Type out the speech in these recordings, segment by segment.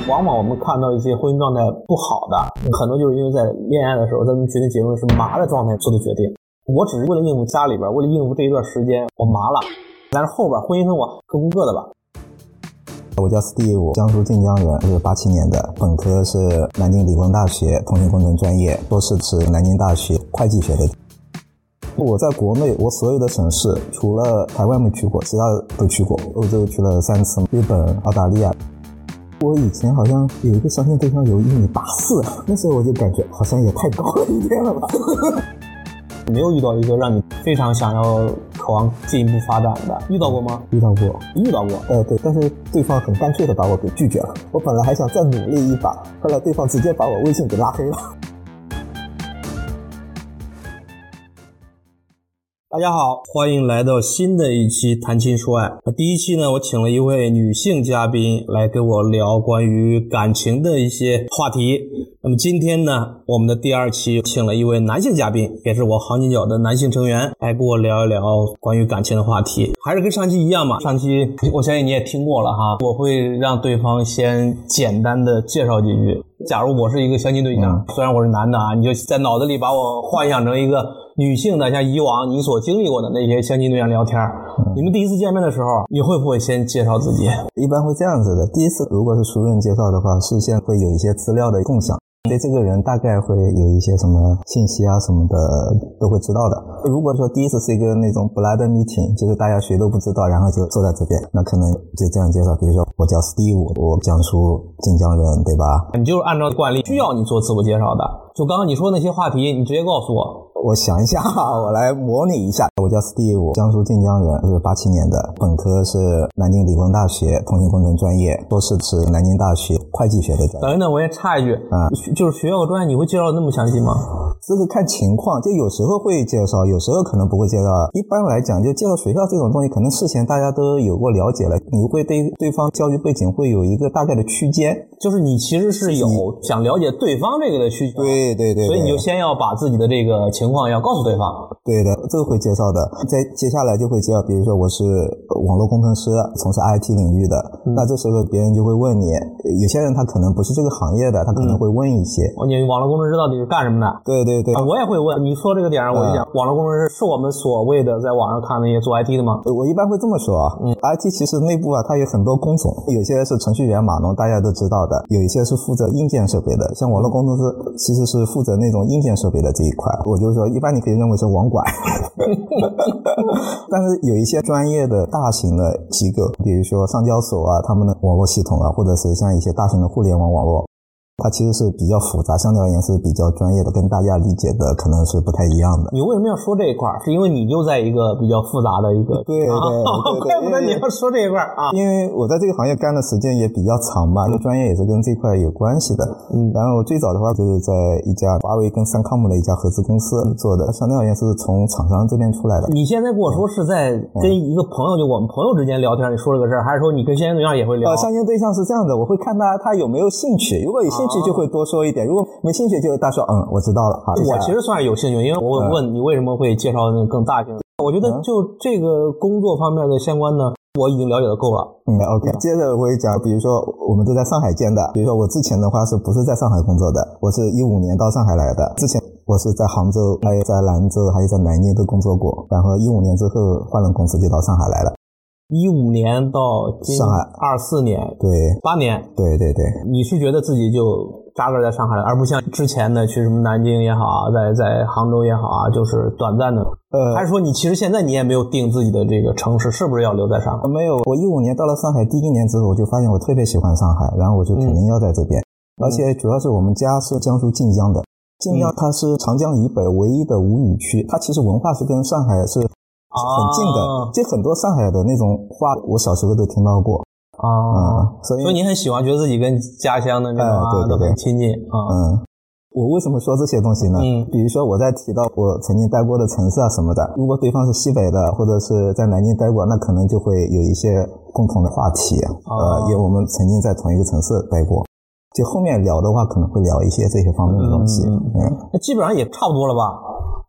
往往我们看到一些婚姻状态不好的，很多就是因为在恋爱的时候，咱们决定结婚是麻的状态做的决定。我只是为了应付家里边，为了应付这一段时间，我麻了。但是后边婚姻生活各顾各的吧。 我叫 Steve， 江苏晋江人，是87年的，本科是南京理工大学通信工程专业，硕士是南京大学会计学的。我在国内，我所有的省市除了台湾没去过，其他都去过。欧洲去了3次，日本、澳大利亚。我以前好像有一个相亲对象有1.84米，那时候我就感觉好像也太高了一点了吧。 没有遇到一个让你非常想要渴望进一步发展的，遇到过吗？ 遇到过。对，但是对方很干脆的把我给拒绝了。我本来还想再努力一把，后来对方直接把我微信给拉黑了。 大家好，欢迎来到新的一期谈情说爱。第一期呢，我请了一位女性嘉宾来跟我聊关于感情的一些话题。那么今天呢，我们的第二期请了一位男性嘉宾，也是我航金角的男性成员，来跟我聊一聊关于感情的话题。还是跟上期一样嘛，上期我相信你也听过了哈，我会让对方先简单的介绍几句。假如我是一个相亲对象，虽然我是男的啊，你就在脑子里把我幻想成一个女性的，像以往你所经历过的那些相亲对象聊天，你们第一次见面的时候，你会不会先介绍自己？ 一般会这样子的，第一次如果是熟人介绍的话，事先会有一些资料的共享，对这个人大概会有一些什么信息啊什么的都会知道的。如果说第一次是一个那种 blind meeting， 就是大家谁都不知道，然后就坐在这边，那可能就这样介绍，比如说我叫 Steve， 我江苏晋江人，对吧？ 你就是按照惯例需要你做自我介绍的，就刚刚你说的那些话题，你直接告诉我。 我想一下，我来模拟一下。我叫 Steve， 江苏晋江人，是87年的，本科是南京理工大学通信工程专业，硕士是南京大学会计学的专业。 等等，我先插一句，就是学校专业你会介绍那么详细吗？ 这个看情况，就有时候会介绍，有时候可能不会介绍。一般来讲，就介绍学校这种东西，可能事前大家都有过了解了，你会对对方教育背景会有一个大概的区间， 就是你其实是有想了解对方这个的需求。 对， 所以你就先要把自己的这个情况要告诉对方。 对的，这个会介绍的。再接下来就会介绍，比如说我是网络工程师，从事 IT 领域的，那这时候别人就会问你，有些人他可能不是这个行业的，他可能会问一些， 你网络工程师到底是干什么的？ 对， 我也会问。你说这个点我就想，网络工程师是我们所谓的在网上看那些做 IT 的吗？ 我一般会这么说啊，IT 其实内部啊，它有很多工种，有些是程序员码农，大家都知道的，有一些是负责硬件设备的，像网络工程师其实是负责那种硬件设备的这一块。我就说一般你可以认为是网管但是有一些专业的大型的机构，比如说上交所啊，他们的网络系统啊，或者是像一些大型的互联网网络，它其实是比较复杂，相对而言是比较专业的，跟大家理解的可能是不太一样的。 你为什么要说这一块？是因为你就在一个比较复杂的一个对， 怪不得你要说这一块啊！ 因为我在这个行业干的时间也比较长嘛，专业也是跟这块有关系的。然后我最早的话就是在一家华为跟三康姆的一家合资公司做的，相对而言是从厂商这边出来的。 你现在跟我说是在跟一个朋友，就我们朋友之间聊天，你说这个事儿，还是说你跟相亲对象也会聊？ 相亲对象是这样的，我会看他有没有兴趣，如果有兴趣就会多说一点，如果没兴趣就大说我知道了。好， 我其实算是有兴趣，因为我问你为什么会介绍那个更大型的。我觉得就这个工作方面的相关的我已经了解的够了。 OK。接着我也讲，比如说我们都在上海见的，比如说我之前的话是不是在上海工作的，我是15年到上海来的，之前我是在杭州，还有在兰州，还有在南京都工作过，然后15年之后换了公司就到上海来了。 15年到上海 24年， 对 ，8年， 对。 你是觉得自己就扎根在上海了，而不像之前的去什么南京也好啊，在杭州也好啊，就是短暂的。还是说你其实现在你也没有定自己的这个城市是不是要留在上海？ 没有，我15年到了上海第1年之后，我就发现我特别喜欢上海，然后我就肯定要在这边。而且主要是我们家是江苏晋江的，晋江它是长江以北唯一的无语区，它其实文化是跟上海是很近的，就很多上海的那种话我小时候都听到过所以你很喜欢，觉得自己跟家乡的这种都很亲近我为什么说这些东西呢？比如说我在提到我曾经待过的城市啊什么的，如果对方是西北的或者是在南京待过，那可能就会有一些共同的话题因为我们曾经在同一个城市待过，就后面聊的话可能会聊一些这些方面的东西。 那基本上也差不多了吧？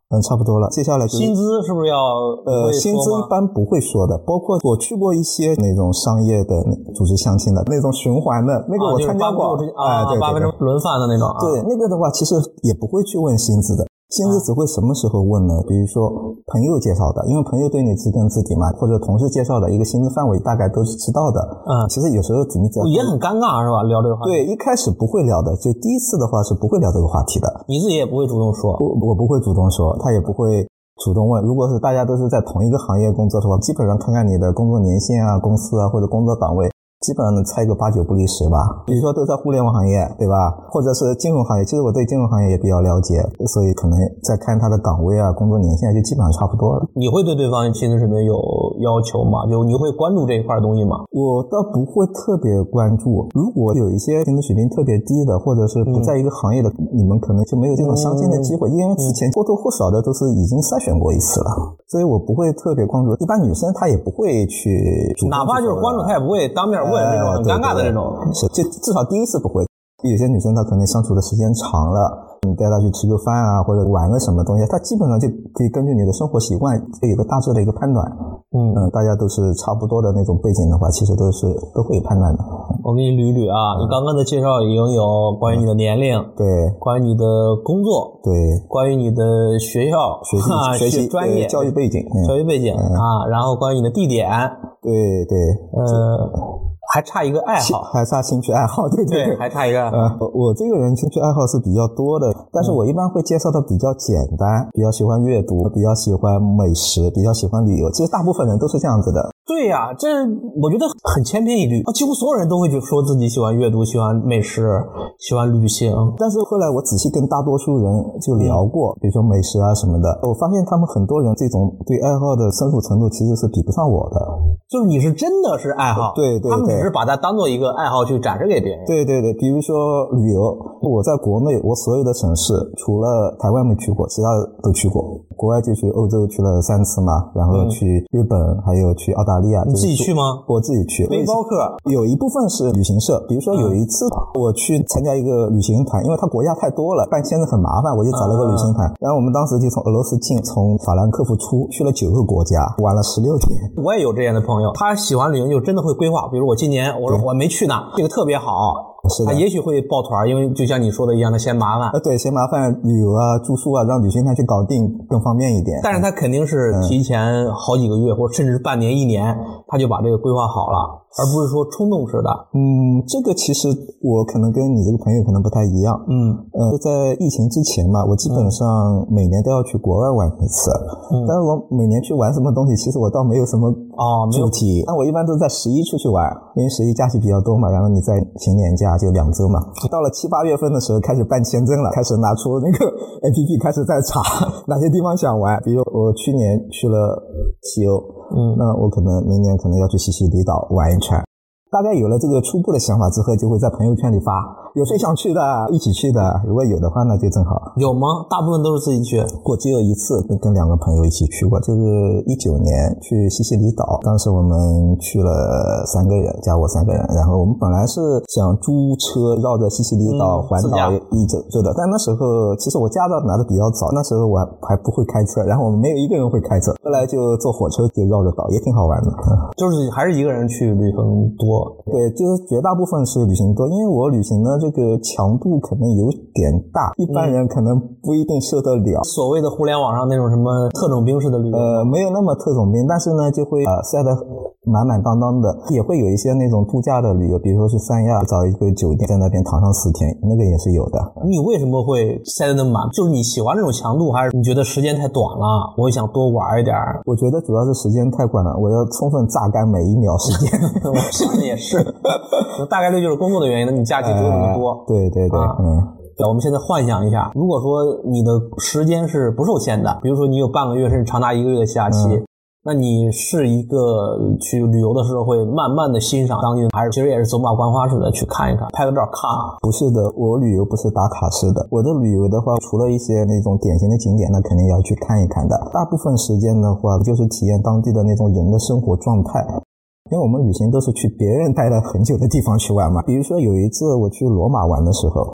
差不多了。接下来薪资是不是要薪资一般不会说的，包括我去过一些那种商业的组织相亲的那种循环的那个我参加过对8分钟轮饭的那种对，那个的话其实也不会去问薪资的。薪资只会什么时候问呢？比如说朋友介绍的，因为朋友对你知根知底嘛，或者同事介绍的一个薪资范围大概都是知道的。其实有时候你只要也很尴尬是吧？聊这个话题。 对，一开始不会聊的，就第一次的话是不会聊这个话题的。 你自己也不会主动说？ 我不会主动说，他也不会主动问。如果是大家都是在同一个行业工作的话，基本上看看你的工作年限啊、公司啊或者工作岗位，基本上能猜个8、9不离10吧。比如说都在互联网行业，对吧？或者是金融行业，其实我对金融行业也比较了解，所以可能再看他的岗位啊、工作年限就基本上差不多了。 你会对对方薪资水平有要求吗？就你会关注这一块东西吗？ 我倒不会特别关注。如果有一些薪资水平特别低的，或者是不在一个行业的，你们可能就没有这种相亲的机会，因为之前或多或少的都是已经筛选过一次了，所以我不会特别关注。一般女生她也不会去主动， 哪怕就是关注，她也不会当面问这种很尴尬的这种。 是，就至少第一次不会。有些女生她可能相处的时间长了，你带她去吃个饭啊，或者玩个什么东西，她基本上就可以根据你的生活习惯有个大致的一个判断。大家都是差不多的那种背景的话，其实都会有判断的。 我给你捋一捋啊，你刚刚的介绍已经有关于你的年龄， 对， 关于你的工作， 对， 关于你的学校学习专业教育背景， 然后关于你的地点， 对， 还差一个爱好， 还差兴趣爱好，对， 还差一个爱好。 我这个人兴趣爱好是比较多的，但是我一般会介绍的比较简单，比较喜欢阅读，比较喜欢美食，比较喜欢旅游。其实大部分人都是这样子的。 对呀，这我觉得很千篇一律，几乎所有人都会说自己喜欢阅读、喜欢美食、喜欢旅行。 但是后来我仔细跟大多数人就聊过，比如说美食啊什么的，我发现他们很多人这种对爱好的深入程度其实是比不上我的。 就是你是真的是爱好， 对， 他们只是把它当做一个爱好去展示给别人。 对，比如说旅游，我在国内我所有的省市除了台湾没去过，其他的都去过。国外就去欧洲去了3次嘛，然后去日本，还有去澳大利亚。 你自己去吗？ 我自己去。 背包客有一部分是旅行社，比如说有一次我去参加一个旅行团，因为它国家太多了，办签证很麻烦，我就找了个旅行团。然后我们当时就从俄罗斯进，从法兰克福出，去了9个国家，玩了16天。 我也有这样的朋友，他喜欢旅行就真的会规划，比如我今年我没去呢，这个特别好。他也许会抱团，因为就像你说的一样，他嫌麻烦。 对，嫌麻烦，旅游啊、住宿啊，让旅行团去搞定更方便一点。 但是他肯定是提前好几个月，或甚至半年、1年，他就把这个规划好了，而不是说冲动式的。 这个其实我可能跟你这个朋友可能不太一样。在疫情之前嘛，我基本上每年都要去国外玩一次。但是我每年去玩什么东西，其实我倒没有什么主题。那我一般都在11出去玩，因为11假期比较多嘛，然后你在请年假就2周嘛。到了7、8月份的时候开始办签证了，开始拿出那个 APP 开始在查哪些地方想玩。比如我去年去了西欧，那我可能明年可能要去西西里岛玩一圈。大概有了这个初步的想法之后，就会在朋友圈里发，有谁想去的，一起去的。如果有的话，那就正好。 有吗？大部分都是自己去。 我只有一次跟2个朋友一起去过，就是19年去西西里岛，当时我们去了3个人，加我3个人。然后我们本来是想租车绕着西西里岛环岛一周的，但那时候其实我驾照拿的比较早，那时候我还不会开车，然后我们没有一个人会开车，后来就坐火车就绕着岛，也挺好玩的。 就是还是一个人去旅行多。 对，就是绝大部分是旅行多，因为我旅行的这个强度可能有点大，一般人可能不一定受得了。 所谓的互联网上那种什么特种兵式的旅游， 没有那么特种兵，但是呢就会塞得满满当当的。也会有一些那种度假的旅游，比如说去三亚找一个酒店在那边躺上4天，那个也是有的。 你为什么会塞得那么满？就是你喜欢这种强度，还是你觉得时间太短了，我想多玩一点？ 我觉得主要是时间太短了，我要充分榨干每一秒时间。 我想的也是，大概率就是工作的原因，你假期只有这么多。 对， 我们现在幻想一下，如果说你的时间是不受限的，比如说你有半个月甚至长达1个月的假期，那你是一个去旅游的时候会慢慢的欣赏当地，还是其实也是走马观花似的去看一看，拍个照看？ 不是的，我旅游不是打卡式的。我的旅游的话，除了一些那种典型的景点，那肯定要去看一看的。大部分时间的话，就是体验当地的那种人的生活状态。因为我们旅行都是去别人待了很久的地方去玩嘛。比如说有一次我去罗马玩的时候，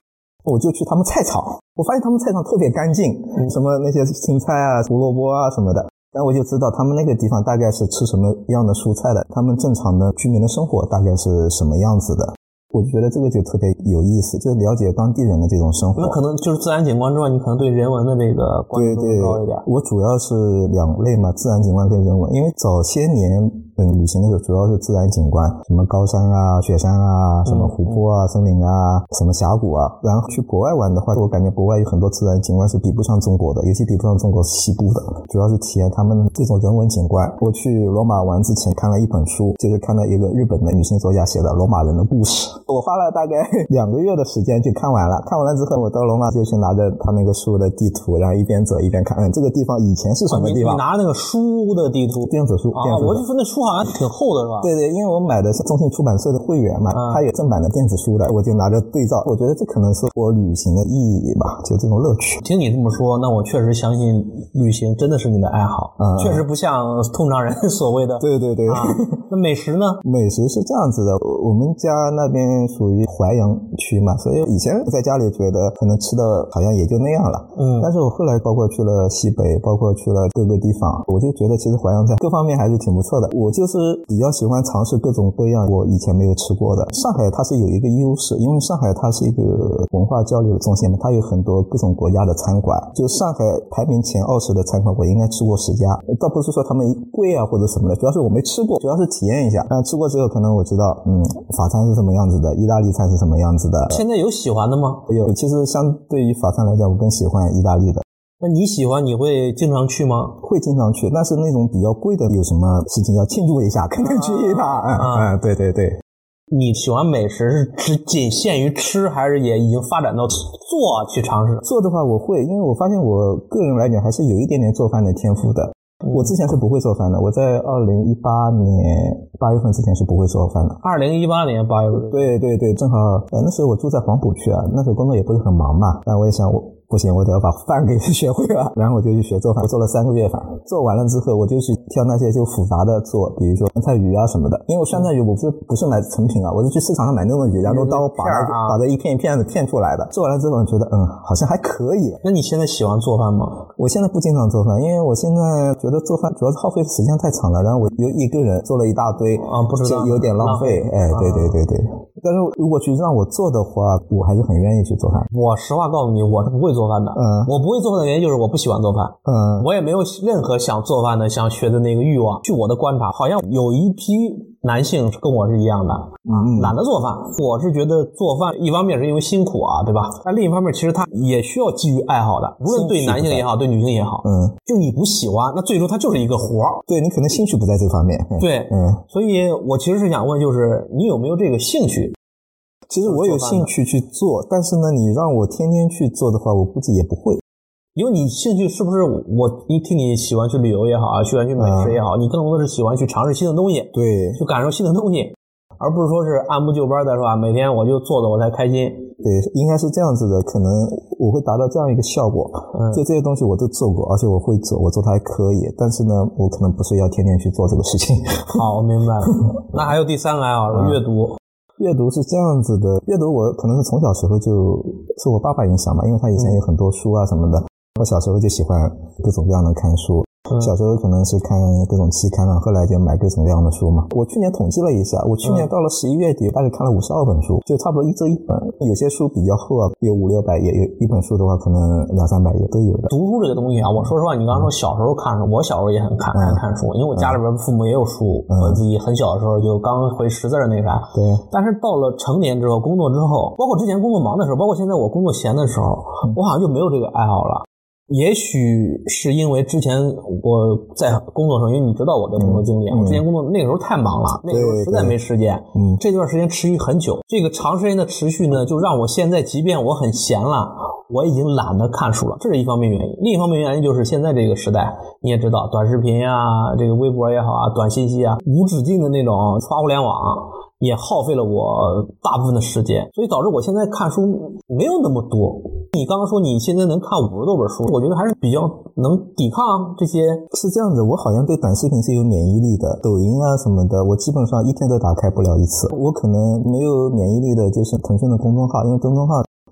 我就去他们菜场，我发现他们菜场特别干净，什么那些青菜啊、胡萝卜啊什么的。然后我就知道他们那个地方大概是吃什么样的蔬菜的，他们正常的居民的生活大概是什么样子的。我就觉得这个就特别有意思，就了解当地人的这种生活。 那可能就是自然景观之外，你可能对人文的这个关注度高一点。 我主要是2类嘛，自然景观跟人文。因为早些年旅行的时候主要是自然景观，什么高山啊、雪山啊、什么湖泊啊、森林啊、什么峡谷啊。然后去国外玩的话，我感觉国外有很多自然景观是比不上中国的，尤其比不上中国西部的，主要是体验他们这种人文景观。我去罗马玩之前看了一本书，就是看到一个日本的女性作家写的罗马人的故事，我花了大概2个月的时间就看完了。看完了之后，我到罗马就去拿着他那个书的地图，然后一边走一边看，这个地方以前是什么地方。 你拿那个书的地图， 电子书啊， 我就说那书好像挺厚的是吧？ 对对，因为我买的是中信出版社的会员嘛，它有正版的电子书的，我就拿着对照。我觉得这可能是我旅行的意义吧，就这种乐趣。 听你这么说，那我确实相信旅行真的是你的爱好，确实不像通常人所谓的。 对对对。 那美食呢？ 美食是这样子的，我们家那边属于淮阳区嘛，所以以前在家里觉得可能吃的好像也就那样了。但是我后来包括去了西北，包括去了各个地方，我就觉得其实淮扬菜各方面还是挺不错的。我就是比较喜欢尝试各种各样我以前没有吃过的。上海它是有一个优势，因为上海它是一个文化交流的中心嘛，它有很多各种国家的餐馆，就上海排名前20的餐馆我应该吃过10家，倒不是说他们贵啊或者什么的，主要是我没吃过，主要是体验一下。吃过之后可能我知道法餐是什么样子的，意大利餐是什么样子的。 现在有喜欢的吗？ 有，其实相对于法餐来讲我更喜欢意大利的。 那你喜欢，你会经常去吗？ 会经常去，但是那种比较贵的有什么事情要庆祝一下可能去一趟。对对对。 你喜欢美食是只仅限于吃，还是也已经发展到做去尝试？ 做的话我会，因为我发现我个人来讲还是有一点点做饭的天赋的。我之前是不会做饭的，我在2018年8月份之前是不会做饭的。 2018年8月份？对对对，正好那时候我住在黄浦区啊，那时候工作也不是很忙嘛，但我也想不行，我得要把饭给学会了，然后我就去学做饭。我做了3个月饭，做完了之后我就去挑那些就复杂的做，比如说酸菜鱼啊什么的。因为我酸菜鱼我不是买成品啊，我是去市场上买那种鱼，然后刀把它一片一片的片出来的。做完了之后我觉得好像还可以。 那你现在喜欢做饭吗？ 我现在不经常做饭，因为我现在觉得做饭主要是耗费的时间太长了，然后我又一个人做了一大堆不知道就有点浪费。对对对对。但是如果去让我做的话，我还是很愿意去做饭。 我实话告诉你，我是不会做饭的。我不会做饭的原因就是我不喜欢做饭。我也没有任何想做饭的想学的那个欲望。据我的观察，好像有一批男性跟我是一样的，懒得做饭。我是觉得做饭一方面是因为辛苦啊，对吧？但另一方面其实它也需要基于爱好的，无论对男性也好，对女性也好。就你不喜欢，那最终它就是一个活。 对，你可能兴趣不在这方面。 对，所以我其实是想问，就是你有没有这个兴趣？ 其实我有兴趣去做，但是呢，你让我天天去做的话，我估计也不会。 因为你兴趣是不是我一听你喜欢去旅游也好啊，喜欢去美食也好，你更多的是喜欢去尝试新的东西， 对， 去感受新的东西，而不是说是按部就班的是吧？每天我就做的我才开心。 对，应该是这样子的，可能我会达到这样一个效果。就这些东西我都做过，而且我会做，我做的还可以。但是呢，我可能不是要天天去做这个事情。 好，我明白了。那还有第3个爱好，阅读。 阅读是这样子的，阅读我可能是从小时候就是我爸爸影响嘛，因为他以前有很多书啊什么的，我小时候就喜欢各种各样的看书。小时候可能是看各种期刊啊，后来就买各种各样的书嘛。我去年统计了一下，我去年到了11月底大概看了52本书，就差不多一周一本。有些书比较厚啊，有500-600，也有一本书的话可能200-300也都有的。 读书这个东西啊，我说实话，你刚刚说小时候看书，我小时候也很看书，因为我家里边父母也有书，我自己很小的时候就刚会识字那啥。 对。但是到了成年之后，工作之后，包括之前工作忙的时候，包括现在我工作闲的时候，我好像就没有这个爱好了。也许是因为之前我在工作上，因为你知道我的工作经历，我之前工作那个时候太忙了，那个时候实在没时间。这段时间持续很久，这个长时间的持续呢，就让我现在即便我很闲了，我已经懒得看书了，这是一方面原因。另一方面原因就是现在这个时代，你也知道，短视频啊，这个微博也好啊，短信息啊，无止境的那种刷互联网，也耗费了我大部分的时间，所以导致我现在看书没有那么多。你刚刚说你现在能看50多本书，我觉得还是比较能抵抗这些。 是这样子，我好像对短视频是有免疫力的，抖音啊什么的，我基本上一天都打开不了一次。我可能没有免疫力的就是腾讯的公众号，因为公众号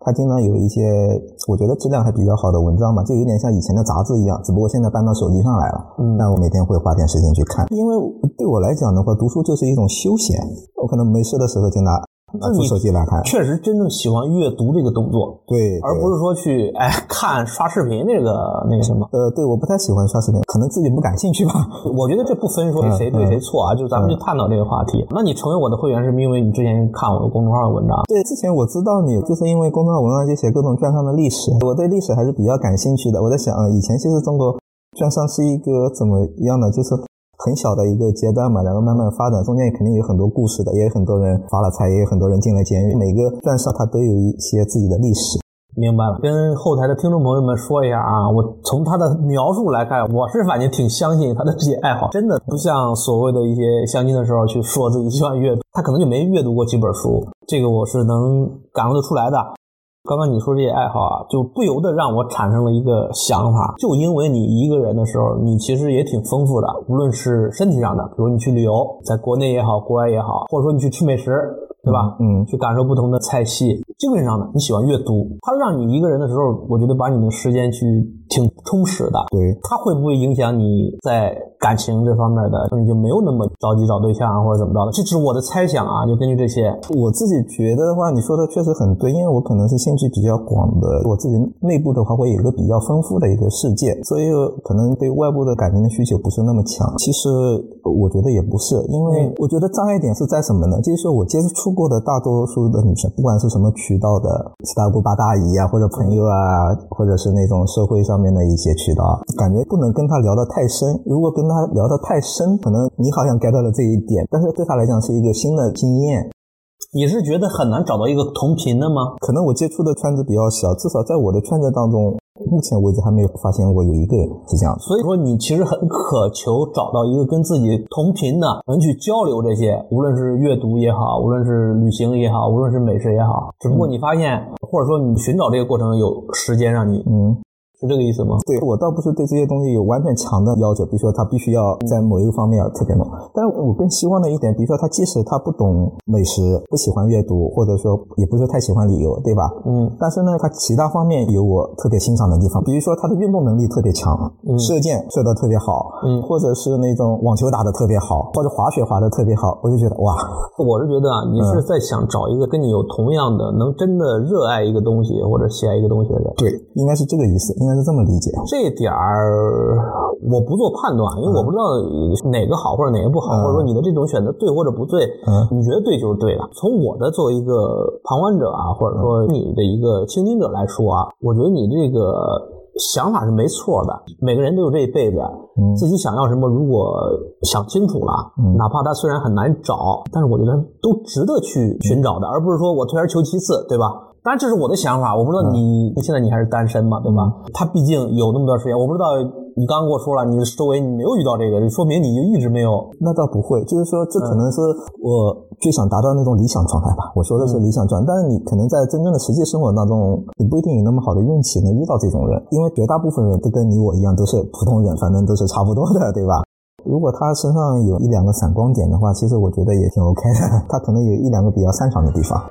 它经常有一些我觉得质量还比较好的文章嘛，就有点像以前的杂志一样，只不过现在搬到手机上来了。那我每天会花点时间去看，因为对我来讲的话，读书就是一种休闲，我可能没事的时候就拿出手机来看。 确实真正喜欢阅读这个动作， 对， 而不是说去看刷视频那个什么。 对，我不太喜欢刷视频，可能自己不感兴趣吧。 我觉得这不分说谁对谁错啊，就咱们就探讨这个话题。那你成为我的会员是因为你之前看我的公众号的文章？ 对，之前我知道你就是因为公众号文章就写各种券商的历史，我对历史还是比较感兴趣的。我在想，以前其实中国券商是一个怎么样的，就是很小的一个阶段嘛，然后慢慢发展，中间也肯定有很多故事的，也有很多人发了财，也有很多人进了监狱，每个券商它都有一些自己的历史。 明白了，跟后台的听众朋友们说一下啊，我从他的描述来看，我是反正挺相信他的这些爱好，真的不像所谓的一些相亲的时候去说自己喜欢阅读，他可能就没阅读过几本书，这个我是能感受得出来的。刚刚你说这些爱好啊，就不由得让我产生了一个想法，就因为你一个人的时候，你其实也挺丰富的，无论是身体上的，比如你去旅游，在国内也好，国外也好，或者说你去吃美食，对吧？去感受不同的菜系。基本上呢，你喜欢阅读，它让你一个人的时候，我觉得把你的时间去挺充实的。 对， 它会不会影响你在感情这方面的，你就没有那么着急找对象或者怎么着的？这只是我的猜想啊，就根据这些。 我自己觉得的话，你说的确实很对，因为我可能是兴趣比较广的，我自己内部的话会有一个比较丰富的一个世界，所以可能对外部的感情的需求不是那么强。其实我觉得也不是，因为我觉得障碍点是在什么呢？就是说我接触过的大多数的女生，不管是什么渠道的，七大姑八大姨啊，或者朋友啊，或者是那种社会上面的一些渠道，感觉不能跟她聊得太深。如果跟她聊得太深，可能你好像 get 到了这一点，但是对她来讲是一个新的经验。 你是觉得很难找到一个同频的吗？ 可能我接触的圈子比较小，至少在我的圈子当中，目前为止还没有发现过有一个人是这样。 所以说你其实很渴求找到一个跟自己同频的，能去交流这些，无论是阅读也好，无论是旅行也好，无论是美食也好，只不过你发现或者说你寻找这个过程有时间让你是这个意思吗？ 对，我倒不是对这些东西有完全强的要求，比如说他必须要在某一个方面要特别懂，但是我更希望的一点，比如说他即使他不懂美食，不喜欢阅读，或者说也不是太喜欢旅游，对吧？但是呢他其他方面有我特别欣赏的地方，比如说他的运动能力特别强，射箭射得特别好，或者是那种网球打得特别好，或者滑雪滑得特别好，我就觉得哇。 我是觉得啊，你是在想找一个跟你有同样的能真的热爱一个东西或者喜爱一个东西的人。 对，应该是这个意思，应该是这么理解。 这一点我不做判断，因为我不知道哪个好或者哪个不好，或者说你的这种选择对或者不对，你觉得对就是对的。从我的作为一个旁观者啊，或者说你的一个倾听者来说啊，我觉得你这个想法是没错的。每个人都有这一辈子，自己想要什么，如果想清楚了，哪怕他虽然很难找，但是我觉得都值得去寻找的，而不是说我退而求其次，对吧？当然这是我的想法，我不知道你现在你还是单身嘛，对吧？他毕竟有那么段时间，我不知道你刚刚跟我说了，你周围你没有遇到这个，说明你就一直没有。 那倒不会，就是说这可能是我最想达到那种理想状态吧。我说的是理想状态，但是你可能在真正的实际生活当中，你不一定有那么好的运气能遇到这种人，因为绝大部分人都跟你我一样都是普通人，反正都是差不多的，对吧？如果他身上有一两个闪光点的话，其实我觉得也挺 OK 的，他可能有一两个比较擅长的地方。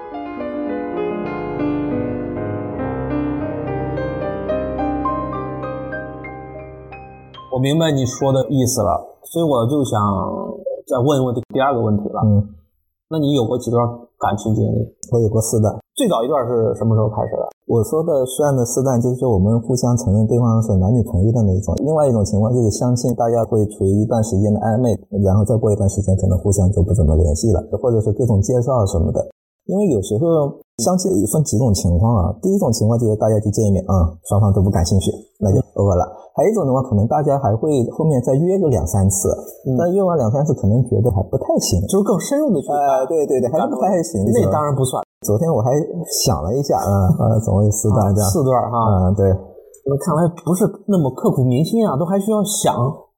我明白你说的意思了，所以我就想再问问第二个问题了。那你有过几段感情经历？ 我有过4段。 最早一段是什么时候开始的？ 我说的算的4段，就是说我们互相承认对方是男女朋友的那种。另外一种情况就是相亲，大家会处于一段时间的暧昧，然后再过一段时间可能互相就不怎么联系了，或者是各种介绍什么的。因为有时候相亲分几种情况啊，第一种情况就是大家去见一面，双方都不感兴趣，那就 over 了。还有一种的话，可能大家还会后面再约个2-3次，但约完2-3次可能觉得还不太行， 就是更深入的去对，还是不太行。 那当然不算。 昨天我还想了一下，总共有4段这样。 4段哈。 对。 那看来不是那么刻骨铭心啊，都还需要想。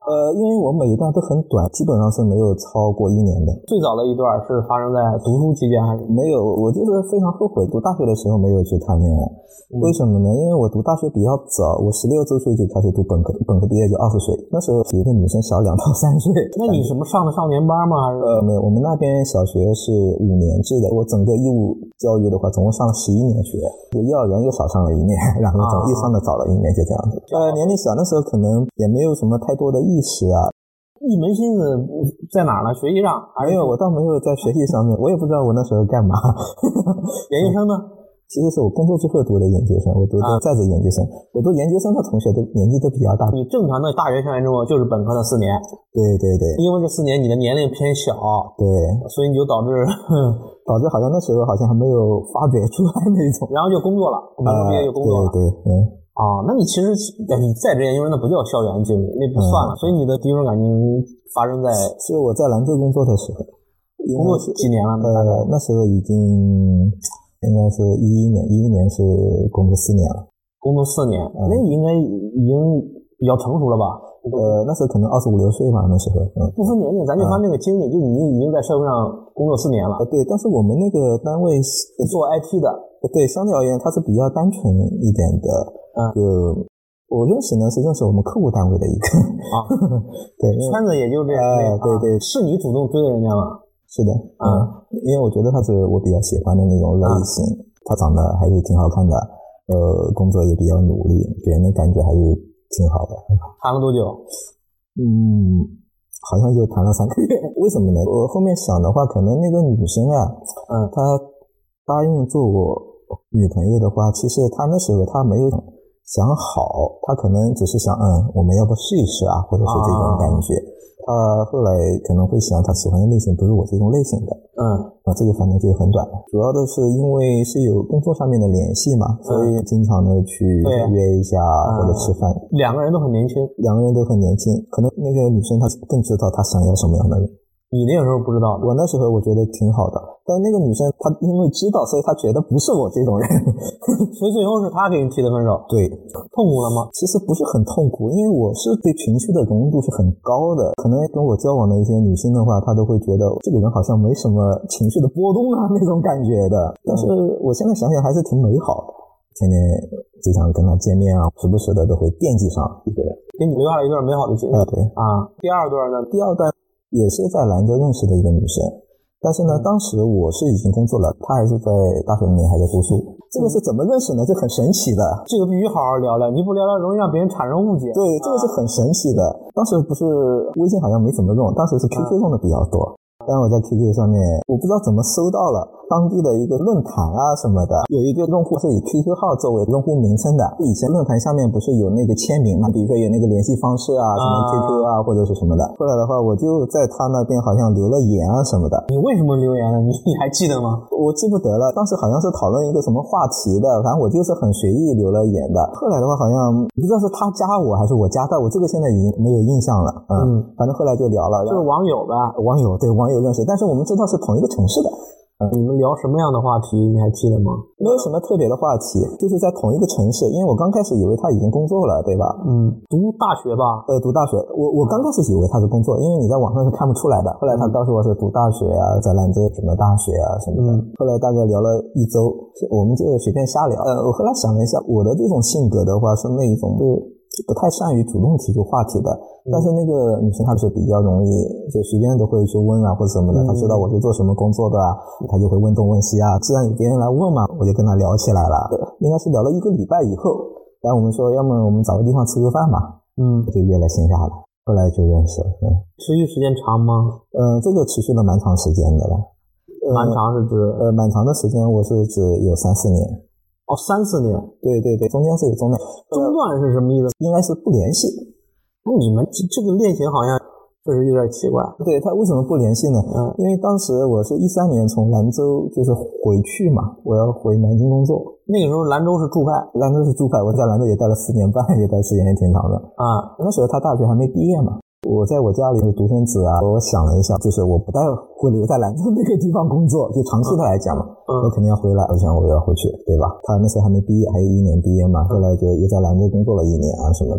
因为我每一段都很短，基本上是没有超过1年的。 最早的一段是发生在读书期间还是？ 没有，我就是非常后悔读大学的时候没有去谈恋爱。为什么呢？因为我读大学比较早，我16周岁就开始读本科，本科毕业就20岁，那时候比一个女生小2到3岁。 那你什么上的少年班吗？还是？ 没有，我们那边小学是5年制的，我整个义务教育的话，总共上了11年学，就幼儿园又少上了1年，然后又上的早了1年，就这样子。年龄小，那时候可能也没有什么太多的意识啊。 一门心思在哪儿呢？学习上？ 没有，我倒没有在学习上面，我也不知道我那时候干嘛。 研究生呢？ 其实是我工作之后读的研究生，我读的在职研究生。我读研究生的同学都年纪都比较大。 你正常的大学校园生活就是本科的4年。 对对对。 因为这4年你的年龄偏小， 对， 所以你就导致好像那时候好像还没有发掘出来那种。 然后就工作了，本科毕业就工作了。 对对。 那你其实你在职研究生那不叫校园经历，那不算了。所以你的第一份感情发生在是我在兰州工作的时候。 工作几年了？ 那时候已经应该是11年是工作4年了。 工作4年，那应该已经比较成熟了吧？ 那时候可能25、26岁吧，那时候。 不分年龄，咱就翻这个经历，就你已经在社会上工作4年了。 对，但是我们那个单位做 IT 的。 对，相对而言它是比较单纯一点的。我认识呢是认识我们客户单位的一个。对， 圈子也就这样。 对对。 是你主动追的人家吗？ 是的。因为我觉得他是我比较喜欢的那种类型，他长得还是挺好看的，工作也比较努力，给人的感觉还是挺好的。 谈了多久？ 好像就谈了3个月。为什么呢？我后面想的话，可能那个女生啊，她答应做我女朋友的话，其实她那时候她没有想好，她可能只是想我们要不试一试啊，或者是这种感觉。她后来可能会想，她喜欢的类型不是我这种类型的。这个反正就很短了。主要的是因为是有工作上面的联系嘛，所以经常的去约一下或者吃饭。 2个人都很年轻。 2个人都很年轻，可能那个女生她更知道她想要什么样的人。 你那个时候不知道的。 我那时候我觉得挺好的，但那个女生她因为知道，所以她觉得不是我这种人。 所以最后是她给你提的分手。 对。 痛苦了吗？ 其实不是很痛苦，因为我是对情绪的容忍度是很高的。可能跟我交往的一些女性的话，她都会觉得这个人好像没什么情绪的波动啊，那种感觉的。但是我现在想想还是挺美好的，天天就想跟她见面啊，时不时的都会惦记上一个人， 给你留下了一段美好的经历。 对。 第二段呢？ 第二段也是在兰州认识的一个女生，但是呢，当时我是已经工作了，她还是在大学里面还在读书。这个是怎么认识呢？这很神奇的。 这个必须好好聊聊，你不聊聊容易让别人产生误解。 对，这个是很神奇的。当时不是微信好像没怎么用，当时是 QQ 用的比较多。但我在 QQ 上面，我不知道怎么搜到了当地的一个论坛啊什么的，有一个用户是以 QQ 号作为用户名称的。以前论坛下面不是有那个签名嘛，比如说有那个联系方式啊，什么 QQ 啊或者是什么的。后来的话，我就在他那边好像留了言啊什么的。 你为什么留言呢？你还记得吗？ 我记不得了，当时好像是讨论一个什么话题的，反正我就是很随意留了言的。后来的话好像不知道是他加我还是我加他，我这个现在已经没有印象了。反正后来就聊了。 就是网友吧？ 网友，对，网友认识，但是我们知道是同一个城市的。 你们聊什么样的话题你还记得吗？ 没有什么特别的话题，就是在同一个城市。因为我刚开始以为他已经工作了，对吧？ 读大学吧？ 读大学。我刚开始以为他是工作，因为你在网上是看不出来的。后来他告诉我是读大学啊，在兰州什么大学啊什么的。后来大概聊了1周，我们就随便瞎聊。我后来想了一下，我的这种性格的话是那种不太善于主动提出话题的。但是那个女生她是比较容易就随便都会去问啊或者什么的，她知道我是做什么工作的啊，她就会问东问西啊。既然有别人来问嘛，我就跟她聊起来了。应该是聊了1个礼拜以后，然后我们说要么我们找个地方吃个饭嘛，就约了线下了，后来就认识了。 持续时间长吗？ 这个持续了蛮长时间的了。 蛮长是指？蛮长的时间我是指有3、4年。 3、4年？ 对对对，中间是有中断。 中断是什么意思？ 应该是不联系。 那你们这个恋情好像确实有点奇怪。 对，他为什么不联系呢？因为当时我是13年从兰州就是回去嘛，我要回南京工作。 那个时候兰州是驻派。 兰州是驻派，我在兰州也待了4年半，也待时间也挺长的。那时候他大学还没毕业嘛，我在我家里是独生子啊，我想了一下，就是我不太会留在兰州那个地方工作，就长期的来讲嘛，我肯定要回来，我想我要回去，对吧？他那时候还没毕业，还有1年毕业嘛，后来就又在兰州工作了1年啊什么的。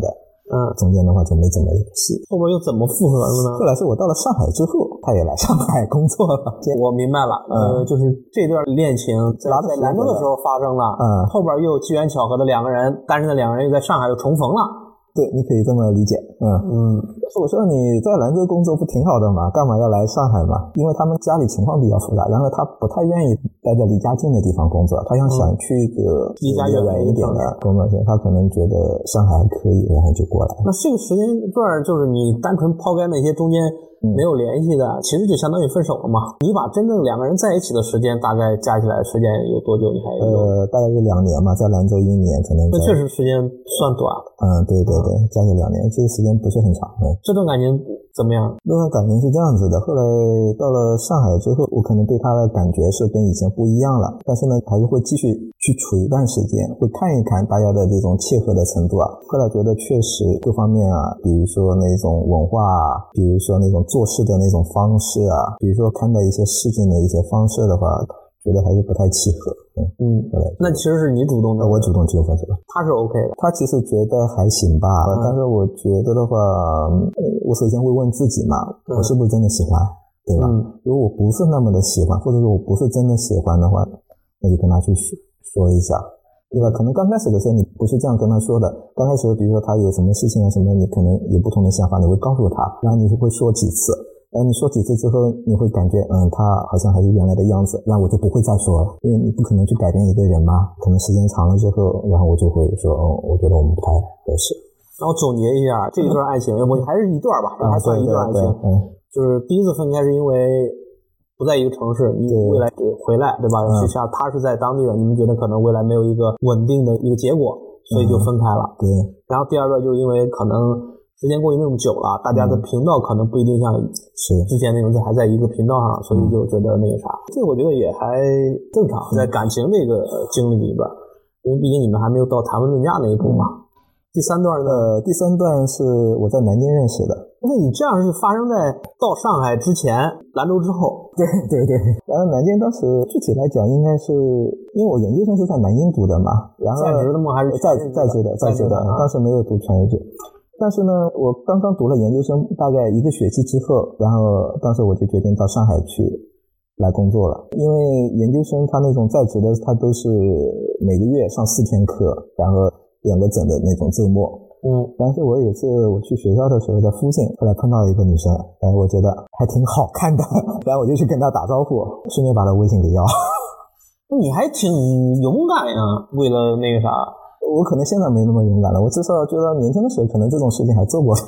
中间的话就没怎么联系。 后边又怎么复合了呢？ 后来是我到了上海之后，他也来上海工作了。 我明白了，就是这段恋情在兰州的时候发生了，后边又机缘巧合的两个人，单身的两个人又在上海又重逢了。 对，你可以这么理解。我说你在兰州工作不挺好的吗？干嘛要来上海嘛？因为他们家里情况比较复杂，然后他不太愿意待在离家近的地方工作，他想去一个离家远一点的工作，他可能觉得上海还可以，然后就过来。 那这个时间段就是你单纯抛开那些中间没有联系的，其实就相当于分手了嘛。你把真正两个人在一起的时间大概加起来时间有多久？你还有大概是2年嘛，在兰州1年，可能那确实时间算短。 对，加起来2年，其实时间不是很长。 这段感情怎么样？ 这段感情是这样子的，后来到了上海之后，我可能对他的感觉是跟以前不一样了，但是呢，还是会继续去处一段时间，会看一看大家的这种契合的程度啊。后来觉得确实各方面啊，比如说那种文化啊，比如说那种做事的那种方式啊，比如说看待一些事情的一些方式的话，觉得还是不太契合。 那其实是你主动的。 我主动就分手了。 他是 OK 的。 他其实觉得还行吧，但是我觉得的话，我首先会问自己嘛，我是不是真的喜欢，对吧？如果我不是那么的喜欢，或者说我不是真的喜欢的话，那就跟他去说一下，对吧？可能刚开始的时候你不是这样跟他说的，刚开始比如说他有什么事情啊什么，你可能有不同的想法，你会告诉他，然后你会说几次。你说几次之后，你会感觉他好像还是原来的样子，然后我就不会再说了，因为你不可能去改变一个人嘛。可能时间长了之后，然后我就会说，我觉得我们不太合适。 然后总结一下这一段爱情，要不还是一段吧，还算一段爱情。就是第一次分开是因为不在一个城市，你未来回来，对吧？去下他是在当地的，你们觉得可能未来没有一个稳定的一个结果，所以就分开了。 对。 然后第二段就是因为可能时间过去那么久了，大家的频道可能不一定像之前那种还在一个频道上，所以就觉得那个啥，这个我觉得也还正常，在感情这个经历里边，因为毕竟你们还没有到谈婚论嫁那一步嘛。第三段呢？ 第三段是我在南京认识的。 那你这样是发生在到上海之前，兰州之后？ 对。然后南京当时具体来讲，应该是因为我研究生是在南京读的嘛，然后在职的吗？还是在职的，当时没有读全日制。但是呢，我刚刚读了研究生，大概1个学期之后，然后当时我就决定到上海去来工作了。因为研究生他那种在职的，他都是每个月上4天课，然后2个整的那种周末。但是我有一次我去学校的时候，在附近，后来碰到一个女生，我觉得还挺好看的，然后我就去跟她打招呼，顺便把她微信给要。 你还挺勇敢呀，为了那个啥。 我可能现在没那么勇敢了，我至少觉得年轻的时候可能这种事情还做过。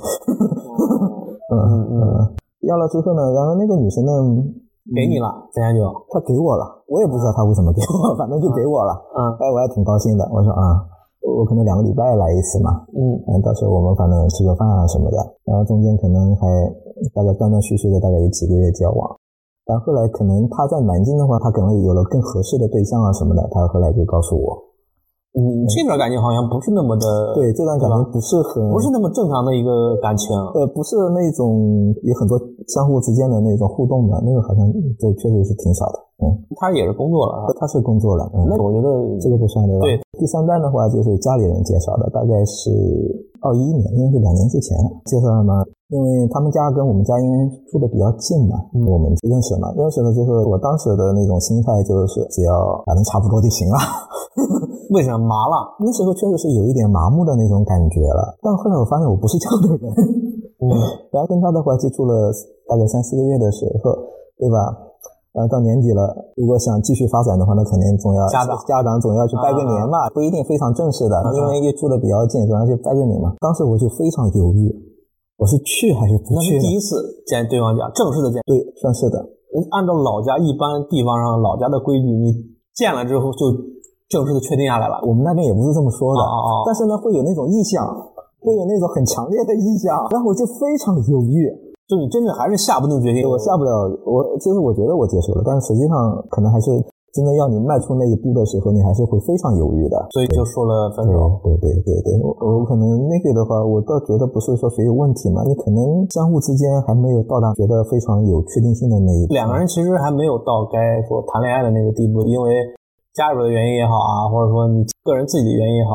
要了之后呢，然后那个女生呢给你了，这样就她给我了，我也不知道她为什么给我，反正就给我了。我还挺高兴的，我说我可能2个礼拜来一次嘛。到时候我们反正吃个饭啊什么的，然后中间可能还大概断断续续的，大概有几个月交往。然后后来可能她在南京的话，她可能有了更合适的对象啊什么的，她后来就告诉我。 这段感情好像不是那么的， 对，这段感情不是那么正常的一个感情， 不是那种有很多相互之间的那种互动的，那个好像这确实是挺少的。 他也是工作了， 他是工作了。 那我觉得这个不算对吧？ 对。 第三段的话就是家里人介绍的，大概是21年，因为是2年之前介绍的嘛。因为他们家跟我们家因为住的比较近嘛，我们认识嘛。认识了之后，我当时的那种心态就是只要反正差不多就行了。 为什么麻了？ 那时候确实是有一点麻木的那种感觉了，但后来我发现我不是这样的人。然后跟他的话接触了大概3-4个月的时候，对吧？到年底了，如果想继续发展的话，那肯定总要家长总要去拜个年嘛，不一定非常正式的，因为又住的比较近，总要去拜个年嘛。当时我就非常犹豫，我是去还是不去？ 那是第一次见对方家，正式的见。 对，算是的。 按照老家一般地方上老家的规矩，你见了之后就正式的确定下来了。 我们那边也不是这么说的，但是呢，会有那种意向，会有那种很强烈的意向，然后我就非常犹豫。 就你真的还是下不定决心。 我下不了，其实我觉得我接受了，但是实际上可能还是真的要你迈出那一步的时候，你还是会非常犹豫的。 所以就说了分手。 对，我可能那个的话，我倒觉得不是说谁有问题嘛，你可能相互之间还没有到达觉得非常有确定性的那一步。 两个人其实还没有到该说谈恋爱的那个地步，因为家里边的原因也好啊，或者说你个人自己的原因也好啊，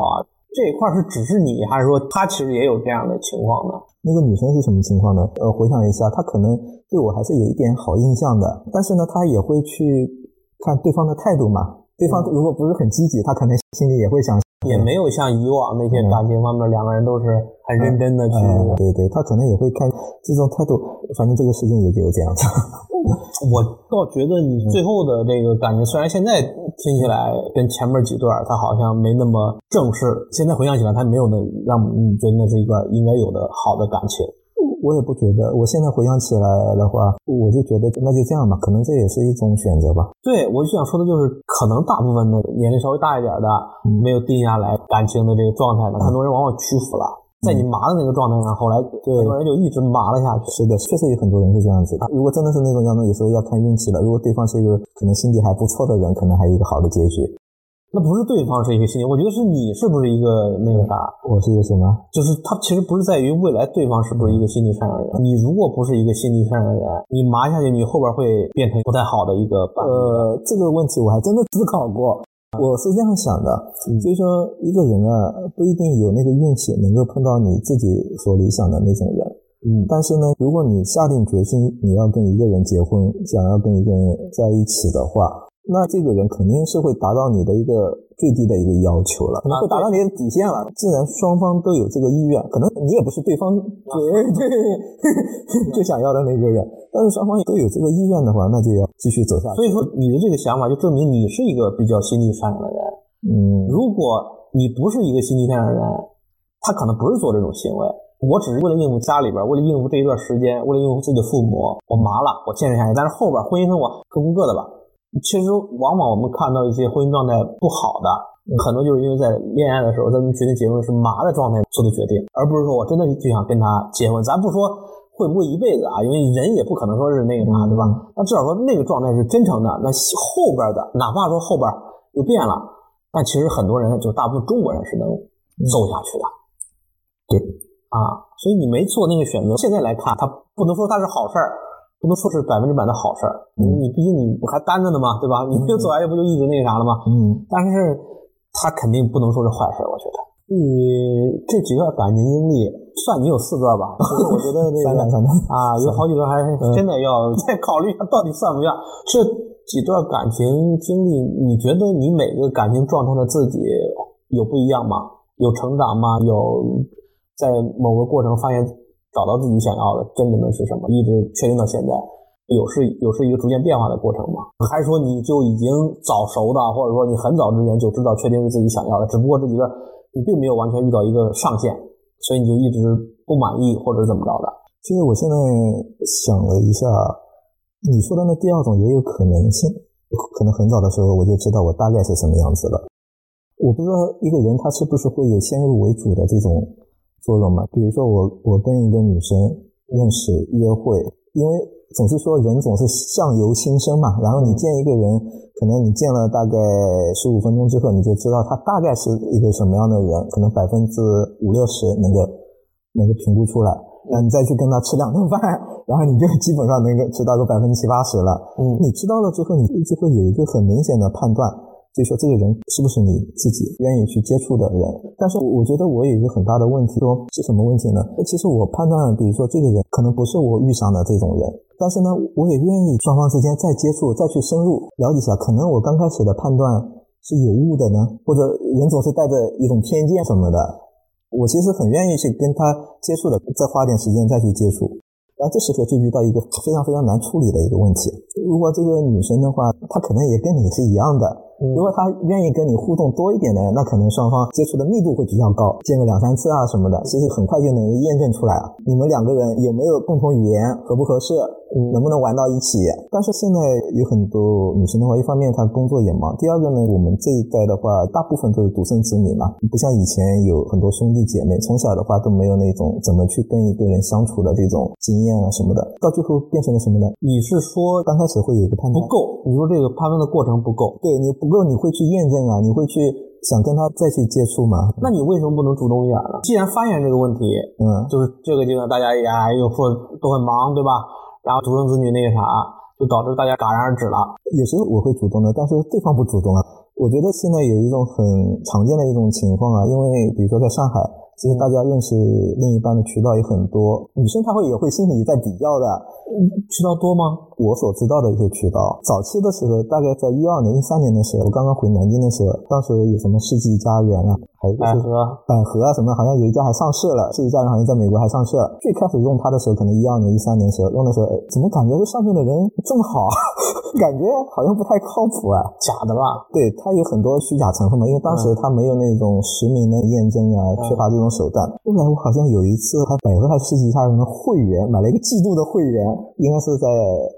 这一块是只是你，还是说他其实也有这样的情况呢？ 那个女生是什么情况呢？回想一下，她可能对我还是有一点好印象的，但是呢，她也会去看对方的态度嘛。对方如果不是很积极，她可能心里也会想， 也没有像以往那些感情方面两个人都是很认真的去。 对对，她可能也会看这种态度。反正这个事情也就这样子。 我倒觉得你最后的这个感情，虽然现在听起来跟前面几段它好像没那么正式，现在回想起来它没有让你觉得那是一段应该有的好的感情。 我也不觉得，我现在回想起来的话，我就觉得那就这样吧，可能这也是一种选择吧。 对，我就想说的就是，可能大部分的年龄稍微大一点的，没有定下来感情的这个状态呢，很多人往往屈服了。在你麻的那个状态上，后来很多人就一直麻了下去。 是的，确实有很多人是这样子的。如果真的是那种样子，有时候要看运气了。如果对方是一个可能心地还不错的人，可能还有一个好的结局。 那不是对方是一个心理，我觉得是你是不是一个那个啥？ 我是一个什么？ 就是他其实不是在于未来对方是不是一个心地善良的人。你如果不是一个心地善良的人，你麻下去，你后边会变成不太好的一个伴侣。 这个问题我还真的思考过。我是这样想的，就是说一个人啊，不一定有那个运气能够碰到你自己所理想的那种人。但是呢，如果你下定决心你要跟一个人结婚，想要跟一个人在一起的话，那这个人肯定是会达到你的一个最低的一个要求了，可能会达到你的底线了。既然双方都有这个意愿，可能你也不是对方最想要的那个人，但是双方都有这个意愿的话，那就要继续走下去。 所以说你的这个想法就证明你是一个比较心地善良的人。如果你不是一个心地善良的人，他可能不是做这种行为。我只是为了应付家里边，为了应付这一段时间，为了应付自己的父母，我麻了，我坚持下去。但是后边婚姻生活各顾各的吧。其实往往我们看到一些婚姻状态不好的，很多就是因为在恋爱的时候，咱们决定结婚是麻的状态做的决定，而不是说我真的就想跟他结婚。咱不说会不会一辈子啊，因为人也不可能说是那个啥，对吧？那至少说那个状态是真诚的。那后边的，哪怕说后边又变了，但其实很多人，就大部分中国人是能走下去的。 对啊，所以你没做那个选择，现在来看，它不能说它是好事儿。不能说是100%的好事儿，你毕竟你还单着呢嘛，对吧？你没有走下去不就一直那个啥了吗？但是他肯定不能说是坏事，我觉得。你这几段感情经历，算你有4段吧。其实我觉得这个有好几段还真的要再考虑一下，到底算不算。这几段感情经历，你觉得你每个感情状态的自己有不一样吗？有成长吗？有在某个过程发现找到自己想要的真正的是什么，一直确定到现在，是一个逐渐变化的过程吗？还是说你就已经早熟的，或者说你很早之前就知道确定是自己想要的，只不过这几个你并没有完全遇到一个上限，所以你就一直不满意或者怎么着的？ 其实我现在想了一下，你说的那第二种也有可能性，可能很早的时候我就知道我大概是什么样子了。我不知道一个人他是不是会有先入为主的这种作用嘛？比如说我跟一个女生认识约会，因为总是说人总是相由心生嘛，然后你见一个人，可能你见了大概15分钟之后，你就知道他大概是一个什么样的人，可能50%-60%能够评估出来。然后你再去跟他吃2顿饭，然后你就基本上能够吃到个70%-80%了。你知道了之后，你就会有一个很明显的判断，就是说这个人是不是你自己愿意去接触的人。但是我觉得我有一个很大的问题，说是什么问题呢？其实我判断，比如说这个人可能不是我预想的这种人，但是呢，我也愿意双方之间再接触，再去深入了解一下。可能我刚开始的判断是有误的呢，或者人总是带着一种偏见什么的。我其实很愿意去跟他接触的，再花点时间再去接触。然后这时候就遇到一个非常非常难处理的一个问题。如果这个女生的话，她可能也跟你是一样的，如果她愿意跟你互动多一点的，那可能双方接触的密度会比较高，见个2-3次啊什么的，其实很快就能够验证出来啊，你们2个人有没有共同语言，合不合适，能不能玩到一起。但是现在有很多女生的话，一方面她工作也忙，第二个呢，我们这一代的话大部分都是独生子女嘛，不像以前有很多兄弟姐妹，从小的话都没有那种怎么去跟一个人相处的这种经验啊什么的，到最后变成了什么呢？ 你是说刚开始会有一个判断不够，你说这个判断的过程不够， 对，你不够你会去验证啊，你会去想跟他再去接触嘛。 那你为什么不能主动一点呢？既然发现这个问题，就是这个阶段大家也又说都很忙，对吧？然后独生子女那个啥，就导致大家戛然而止了。 有时候我会主动的，但是对方不主动啊。 我觉得现在有一种很常见的一种情况啊，因为比如说在上海，其实大家认识另一半的渠道也很多，女生她也会心里在比较的。 渠道多吗？ 我所知道的一些渠道，早期的时候，大概在12年、13年的时候，我刚刚回南京的时候，当时有什么世纪佳缘啊，还有百合啊什么，好像有一家还上市了，世纪佳缘好像在美国还上市了。最开始用它的时候，可能12年、13年的时候用的时候，怎么感觉这上面的人这么好，感觉好像不太靠谱啊， 假的吧？ 对，它有很多虚假成分嘛，因为当时它没有那种实名的验证啊，缺乏这种手段。后来我好像有一次还百合还世纪佳缘的会员，买了一个季度的会员，应该是在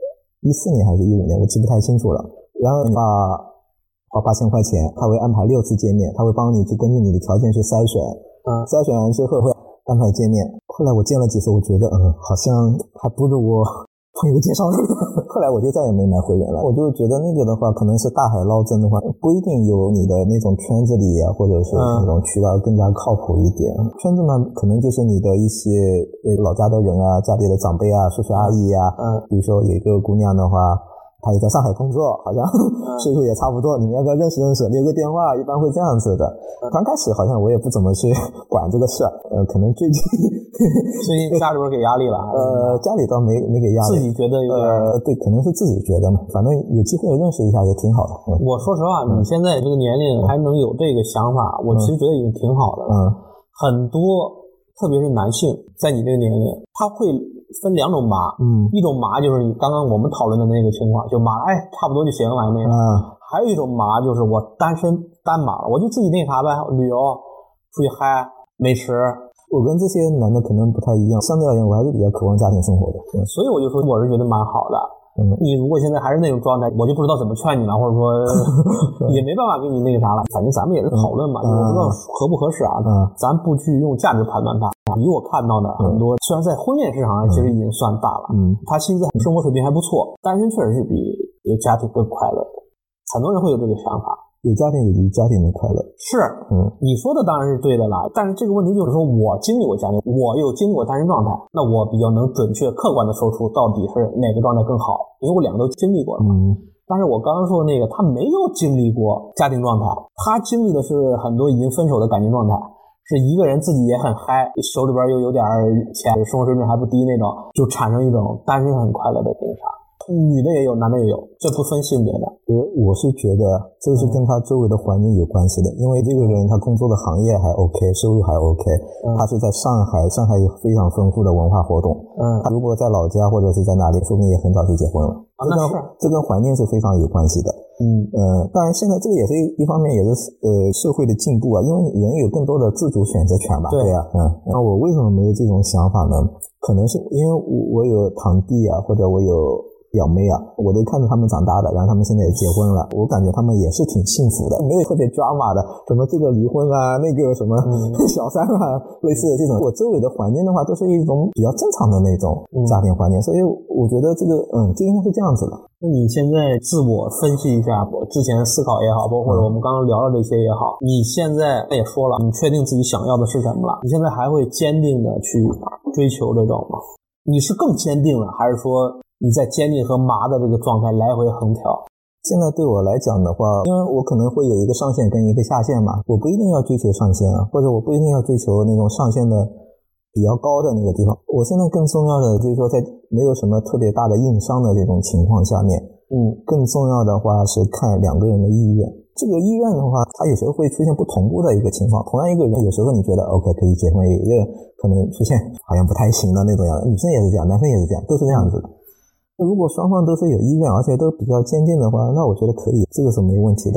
14年还是15年，我记不太清楚了。然后花8000块钱，他会安排6次见面，他会帮你去根据你的条件去筛选，筛选完之后会安排见面。后来我见了几次，我觉得好像还不如我朋友介绍的。后来我就再也没买会员了。我就觉得那个的话，可能是大海捞针的话，不一定有你的那种圈子里啊，或者是那种渠道更加靠谱一点。圈子嘛，可能就是你的一些老家的人啊，家里的长辈啊，叔叔阿姨啊。比如说有一个姑娘的话，她也在上海工作，好像岁数也差不多，你们要不要认识认识，留个电话，一般会这样子的。刚开始好像我也不怎么去管这个事，可能最近家里边给压力了？ 家里倒没给压力， 自己觉得有点对，可能是自己觉得嘛，反正有机会认识一下也挺好的。 我说实话，你现在这个年龄还能有这个想法，我其实觉得已经挺好的了。很多特别是男性在你这个年龄，他会分2种麻，一种麻就是你刚刚我们讨论的那个情况，就麻差不多就行了那个。还有一种麻就是我单麻了，我就自己那啥呗，旅游出去嗨美食。 我跟这些男的可能不太一样，相对而言我还是比较渴望家庭生活的。 所以我就说我是觉得蛮好的。你如果现在还是那种状态，我就不知道怎么劝你了，或者说也没办法给你那个啥了。反正咱们也是讨论嘛，我不知道合不合适啊。咱不去用价值判断它。以我看到的很多，虽然在婚恋市场上其实已经算大了，他薪资生活水平还不错，单身确实是比有家庭更快乐的。很多人会有这个想法。 有家庭有家庭的快乐是，你说的当然是对的啦。但是这个问题就是说，我经历过家庭，我有经历过单身状态，那我比较能准确客观的说出到底是哪个状态更好，因为我两个都经历过了嘛。但是我刚刚说的那个，他没有经历过家庭状态，他经历的是很多已经分手的感情状态，是一个人自己也很嗨，手里边又有点钱，生活水准还不低那种，就产生一种单身很快乐的那个啥。女的也有，男的也有，这不分性别的。 我是觉得这是跟他周围的环境有关系的，因为这个人他工作的行业还 OK， 收入还 OK，他是在上海有非常丰富的文化活动。他如果在老家或者是在哪里，说不定也很早就结婚了。 那是这跟环境是非常有关系的。当然现在这个也是一方面，也是社会的进步啊，因为人有更多的自主选择权吧。对啊。那我为什么没有这种想法呢？可能是因为我有堂弟啊，或者我有表妹啊，我都看着他们长大的，然后他们现在也结婚了，我感觉他们也是挺幸福的，没有特别drama的，什么这个离婚啊，那个什么小三啊，类似的这种。我周围的环境的话，都是一种比较正常的那种家庭环境，所以我觉得这个就应该是这样子的。 那你现在自我分析一下，我之前思考也好，包括我们刚刚聊了这些也好，你现在也说了，你确定自己想要的是什么了？你现在还会坚定的去追求这种吗？你是更坚定了，还是说你在坚定和麻的这个状态来回横跳？ 现在对我来讲的话，因为我可能会有一个上限跟一个下限嘛，我不一定要追求上限啊，或者我不一定要追求那种上限的比较高的那个地方。我现在更重要的就是说，在没有什么特别大的硬伤的这种情况下面，更重要的话是看两个人的意愿。这个意愿的话，它有时候会出现不同步的一个情况。同样一个人，有时候你觉得 OK 可以结婚，有一个人可能出现好像不太行的那种样子。女生也是这样，男生也是这样，都是这样子的。如果双方都是有意愿，而且都比较坚定的话，那我觉得可以，这个是没问题的。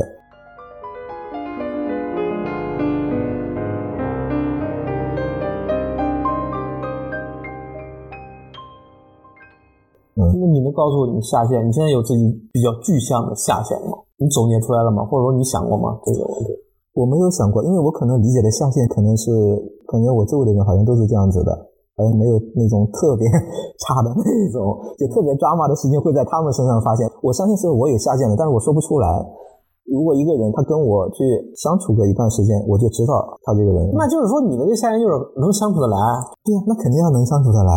那你能告诉我你的下限？你现在有自己比较具象的下限吗？你总结出来了吗？或者说你想过吗？这个问题我没有想过，因为我可能理解的下限可能是感觉我周围的人好像都是这样子的，好像没有那种特别差的那种，就特别drama的事情会在他们身上发现。我相信是我有下限的，但是我说不出来。如果一个人他跟我去相处个一段时间，我就知道他这个人。 那就是说你的这下限就是能相处得来？ 对啊，那肯定要能相处得来啊。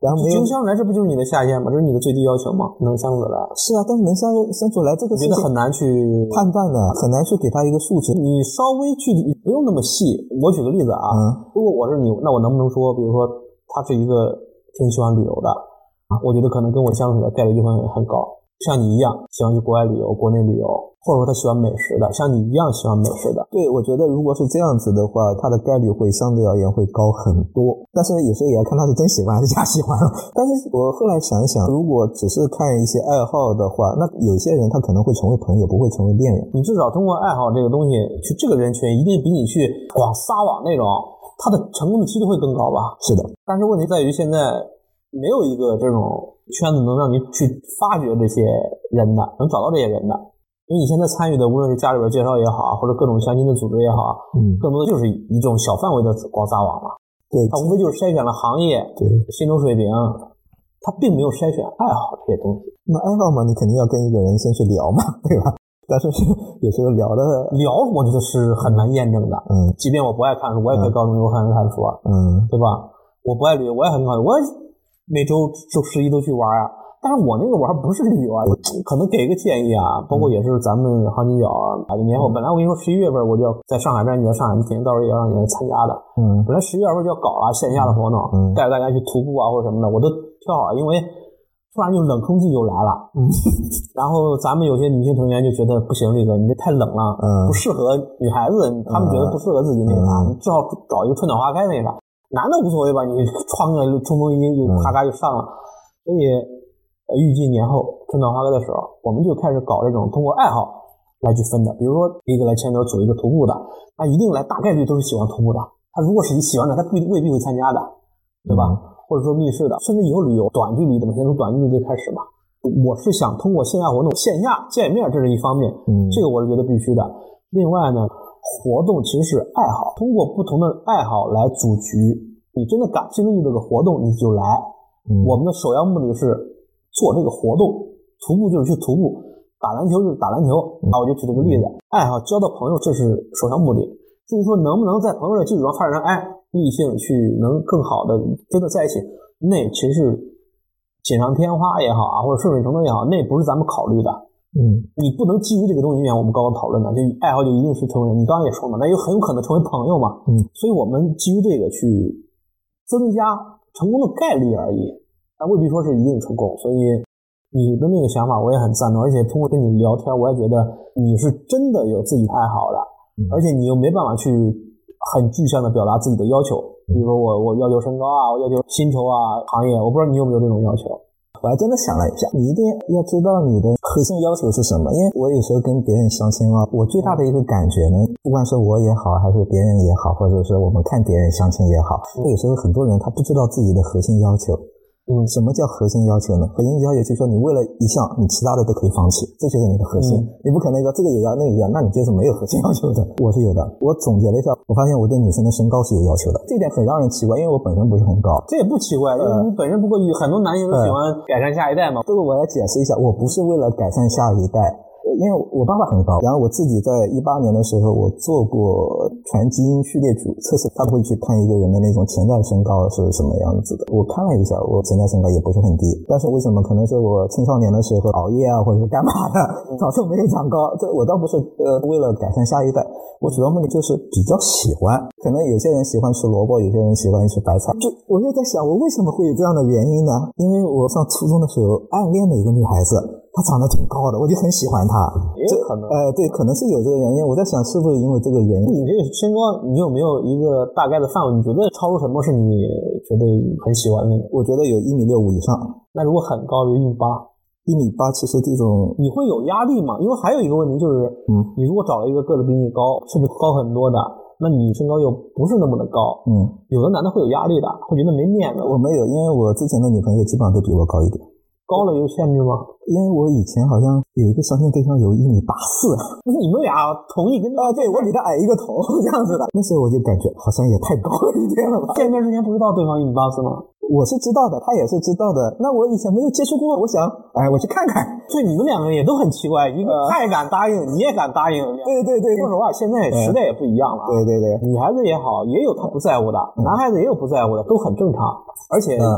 然后没有相处来，这不就是你的下限吗？这是你的最低要求吗？能相处得来？ 是啊，但是能相处来这个事情我觉得很难去判断的，很难去给他一个数值。 你稍微去不用那么细。我举个例子啊，如果我是你，那我能不能说，比如说他是一个挺喜欢旅游的啊，我觉得可能跟我相处的概率就会很高。像你一样喜欢去国外旅游、国内旅游，或者说他喜欢美食的，像你一样喜欢美食的。 对，我觉得如果是这样子的话，他的概率会相对而言会高很多。但是有时候也要看他是真喜欢还是假喜欢了。但是我后来想一想，如果只是看一些爱好的话，那有些人他可能会成为朋友，不会成为恋人。 你至少通过爱好这个东西去这个人群，一定比你去光撒网那种，他的成功的几率会更高吧？ 是的。 但是问题在于现在没有一个这种圈子能让你去发掘这些人的，能找到这些人的。因为你现在参与的无论是家里边介绍也好，或者各种相亲的组织也好，更多的就是一种小范围的光撒网嘛。 对， 它无非就是筛选了行业、 对薪酬水平，它并没有筛选爱好这些东西。 那爱好嘛，你肯定要跟一个人先去聊嘛，对吧？但是有时候聊， 我觉得是很难验证的。即便我不爱看书，我也可以告诉你我很爱看书啊，对吧？我不爱旅游，我也很看，我每周11都去玩啊。但是我那个玩不是旅游啊，可能给一个建议啊，包括也是咱们航金角啊，年后本来我跟你说11月份我就要在上海站，你在上海，你肯定到时候也要让你来参加的。本来11月份就要搞了线下的活动，带着大家去徒步啊或者什么的，我都挑好了，因为突然就冷空气就来了。然后咱们有些女性成员就觉得不行，这个你这太冷了，不适合女孩子，他们觉得不适合自己那个啥，你最好找一个春暖花开那个。男的无所谓吧，你穿个冲锋衣就咔咔就上了。所以预计年后春暖花开的时候，我们就开始搞这种通过爱好来去分的。比如说一个来牵头组一个徒步的，那一定来大概率都是喜欢徒步的。他如果是喜欢的，他未必会参加的，对吧？或者说密室的，甚至以后旅游短距离的嘛，先从短距离开始嘛。我是想通过线下活动线下见面，这是一方面，这个我是觉得必须的。另外呢，活动其实是爱好，通过不同的爱好来组局。你真的感兴趣这个活动，你就来。我们的首要目的是做这个活动，徒步就是去徒步，打篮球就是打篮球。我就举这个例子，爱好交到朋友，这是首要目的。至于说能不能在朋友的基础上发展成异性去能更好的真的在一起，那其实是锦上添花也好啊，或者顺水成舟也好，那不是咱们考虑的。你不能基于这个东西，像我们刚刚讨论的，就爱好就一定是成为人。你刚刚也说嘛，那很有可能成为朋友嘛。所以我们基于这个去增加成功的概率而已，但未必说是一定成功。所以你的那个想法我也很赞同，而且通过跟你聊天，我也觉得你是真的有自己爱好的，而且你又没办法去很具象的表达自己的要求，比如说我要求身高啊，我要求薪酬啊，行业，我不知道你有没有这种要求。 我还真的想了一下，你一定要知道你的核心要求是什么。因为我有时候跟别人相亲啊，我最大的一个感觉呢，不管是我也好，还是别人也好，或者是我们看别人相亲也好，有时候很多人他不知道自己的核心要求。什么叫核心要求呢？核心要求就是说你为了一项，你其他的都可以放弃，这就是你的核心。你不可能说这个也要那个也要，那你就是没有核心要求的。我是有的。我总结了一下，我发现我对女生的身高是有要求的，这一点很让人奇怪，因为我本身不是很高。 这也不奇怪，因为你本身不过很多男性都喜欢改善下一代嘛。 这个我来解释一下，我不是为了改善下一代。因为我爸爸很高，然后我自己在18年的时候，我做过全基因序列组测试，他会去看一个人的那种潜在身高是什么样子的。我看了一下，我潜在身高也不是很低，但是为什么？可能是我青少年的时候熬夜啊，或者是干嘛的，导致没有长高。这我倒不是为了改善下一代，我主要目的就是比较喜欢。可能有些人喜欢吃萝卜，有些人喜欢吃白菜。我就在想，我为什么会有这样的原因呢？因为我上初中的时候暗恋的一个女孩子，她长得挺高的，我就很喜欢她。 也可能对，可能是有这个原因。我在想是不是因为这个原因。 你这个身高你有没有一个大概的范围？你觉得超出什么是你觉得很喜欢的？ 我觉得有1.65米以上。 那如果很高，比如 1.8米，其实这种你会有压力吗？因为还有一个问题就是，你如果找了一个个子比你高，甚至高很多的，那你身高又不是那么的高，有的男的会有压力的，会觉得没面子。 我没有，因为我之前的女朋友基本上都比我高一点。 高了有限制吗？ 因为我以前好像有一个相亲对象有1.84米。 那你们俩同意跟对，我比他矮一个头这样子的。那时候我就感觉好像也太高了一点了吧。 见面之前不知道对方1.84米吗？ 我是知道的，他也是知道的。那我以前没有接触过，我想，我去看看。 所以你们两个人也都很奇怪，一个他也敢答应，你也敢答应。 对。 说实话，现在时代也不一样了。 对。 女孩子也好，也有她不在乎的，男孩子也有不在乎的，都很正常。而且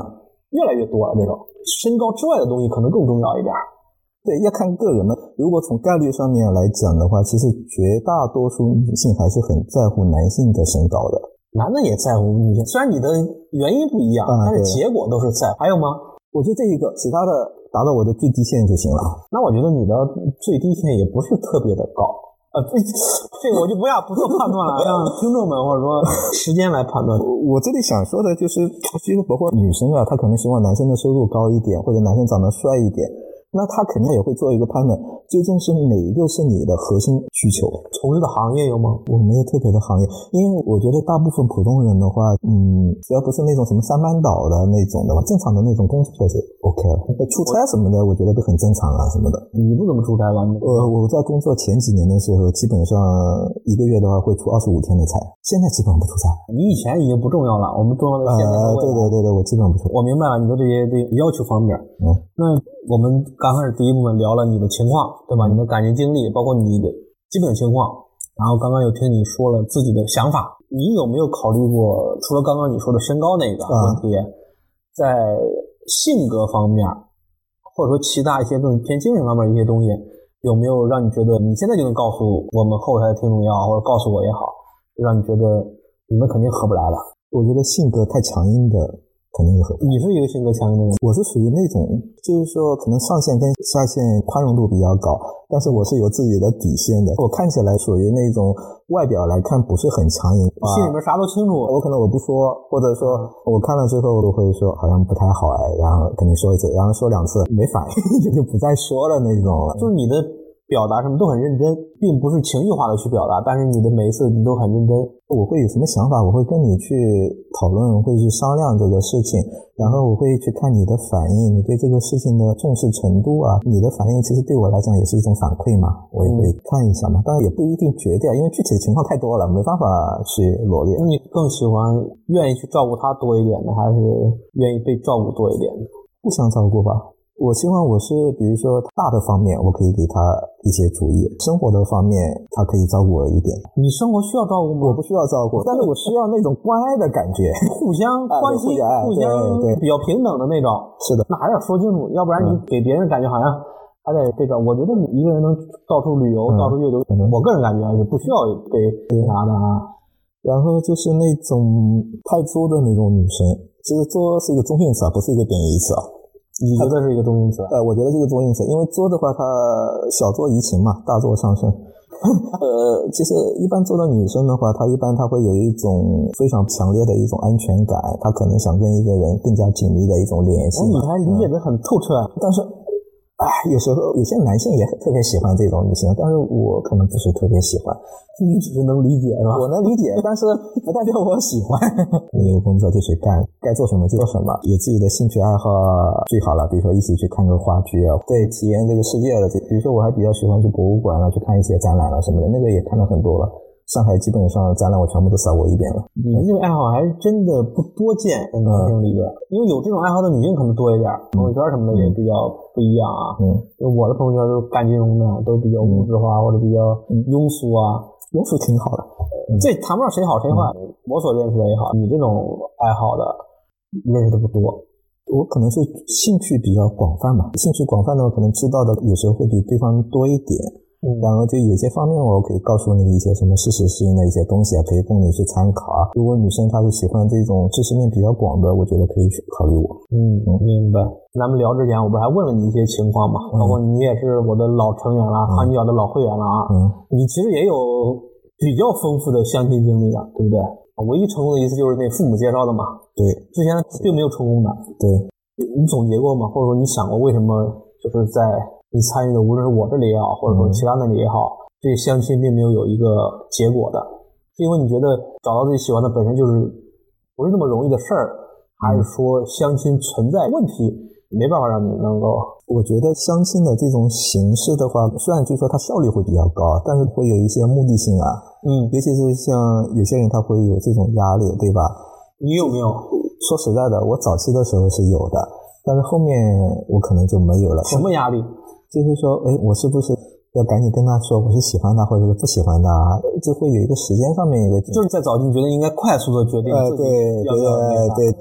越来越多了，这种身高之外的东西可能更重要一点。 对，要看个人的。如果从概率上面来讲的话，其实绝大多数女性还是很在乎男性的身高的。 男的也在乎女性，虽然你的原因不一样，但是结果都是在乎。还有吗？ 我觉得这一个，其他的达到我的最低线就行了。 那我觉得你的最低线也不是特别的高。这个我就不做判断了，让听众们或者说时间来判断。 我这里想说的就是，其实包括女生啊，她可能希望男生的收入高一点，或者男生长得帅一点。那他肯定也会做一个判断，究竟是哪一个是你的核心需求。 从事的行业有吗？ 我没有特别的行业，因为我觉得大部分普通人的话，只要不是那种什么三班倒的那种的话，正常的那种工作就 OK 了。出差什么的，我觉得都很正常啊什么的。 你不怎么出差吧？ 我在工作前几年的时候，基本上一个月的话会出25天的差，现在基本上不出差。 你以前已经不重要了，我们重要的现在的未来。 对，我基本上不出差。 我明白了你的这些要求方面。那我们刚开始第一部分聊了你的情况，对吧？你的感情经历，包括你的基本情况，然后刚刚又听你说了自己的想法。你有没有考虑过，除了刚刚你说的身高那个问题，在性格方面，或者说其他一些更偏精神方面一些东西，有没有让你觉得你现在就能告诉我们后台的听众也好，或者告诉我也好，让你觉得你们肯定合不来了？ 我觉得性格太强硬的肯定是合不来。 你是一个性格强硬的人？ 我是属于那种，就是说可能上限跟下限宽容度比较高，但是我是有自己的底线的。我看起来属于那种外表来看不是很强硬， 心里面啥都清楚。 我可能我不说，或者说我看了之后我都会说好像不太好然后肯定说一次，然后说2次没反应就不再说了那种了。 就是你的表达什么都很认真，并不是情绪化的去表达，但是你的每一次你都很认真。 我会有什么想法，我会跟你去讨论，会去商量这个事情，然后我会去看你的反应，你对这个事情的重视程度啊，你的反应其实对我来讲也是一种反馈嘛，我也会看一下嘛，当然也不一定绝对，因为具体的情况太多了，没办法去罗列。 你更喜欢愿意去照顾他多一点的，还是愿意被照顾多一点的？ 互相照顾吧。我希望我是比如说大的方面我可以给他一些主意，生活的方面他可以照顾我一点。 你生活需要照顾吗？ 我不需要照顾，但是我需要那种关爱的感觉， 互相关心，互相比较平等的那种。 是的， 那还是要说清楚，要不然你给别人感觉好像还得被照顾。我觉得你一个人能到处旅游，到处阅读，我个人感觉还是不需要被啥的啊。 然后就是那种太作的那种女生，其实作是一个中性词啊，不是一个贬义词啊。 你觉得是一个中性词？ 我觉得这个中性词，因为作的话，它小作怡情嘛，大作伤身。其实一般作的女生的话，她会有一种非常强烈的一种安全感，她可能想跟一个人更加紧密的一种联系。 你还理解得很透彻啊！ 但是有时候有些男性也特别喜欢这种女性，但是我可能不是特别喜欢。 你只是能理解是吧？ 我能理解，但是不代表我喜欢。你有工作就去干，该做什么就做什么，有自己的兴趣爱好最好了，比如说一起去看个话剧啊，对，体验这个世界了。比如说我还比较喜欢去博物馆啊，去看一些展览啊什么的，那个也看了很多了。上海基本上展览我全部都扫过一遍了。 你的这个爱好还真的不多见在男性里边，因为有这种爱好的女性可能多一点，朋友圈什么的也比较不一样啊。因为我的朋友圈都是干金融的，都比较物质化或者比较庸俗啊。 庸俗挺好的， 这谈不上谁好谁坏。我所认识的也好，你这种爱好的认识的不多。 我可能是兴趣比较广泛嘛，兴趣广泛的话可能知道的有时候会比对方多一点。然后就有些方面我可以告诉你一些什么事实性的一些东西啊，可以供你去参考啊。如果女生她是喜欢这种知识面比较广的，我觉得可以去考虑我。 明白。咱们聊之前我不是还问了你一些情况嘛，包括你也是我的老成员了，汉角的老会员了啊。你其实也有比较丰富的相亲经历的，对不对？唯一成功的一次就是那父母介绍的嘛。 对， 之前并没有成功的。 对， 你总结过吗？或者说你想过为什么就是在你参与的无论是我这里也好，或者说其他那里也好，这相亲并没有一个结果的，是因为你觉得找到自己喜欢的本身就是不是那么容易的事儿，还是说相亲存在问题，没办法让你能够？ 我觉得相亲的这种形式的话，虽然就是说它效率会比较高，但是会有一些目的性啊。尤其是像有些人他会有这种压力，对吧？ 你有没有？ 说实在的，我早期的时候是有的，但是后面我可能就没有了。 什么压力？ 就是说，我是不是要赶紧跟他说我是喜欢他或者是不喜欢他，就会有一个时间上面一个， 就是在早期你觉得应该快速的决定自己要不要对，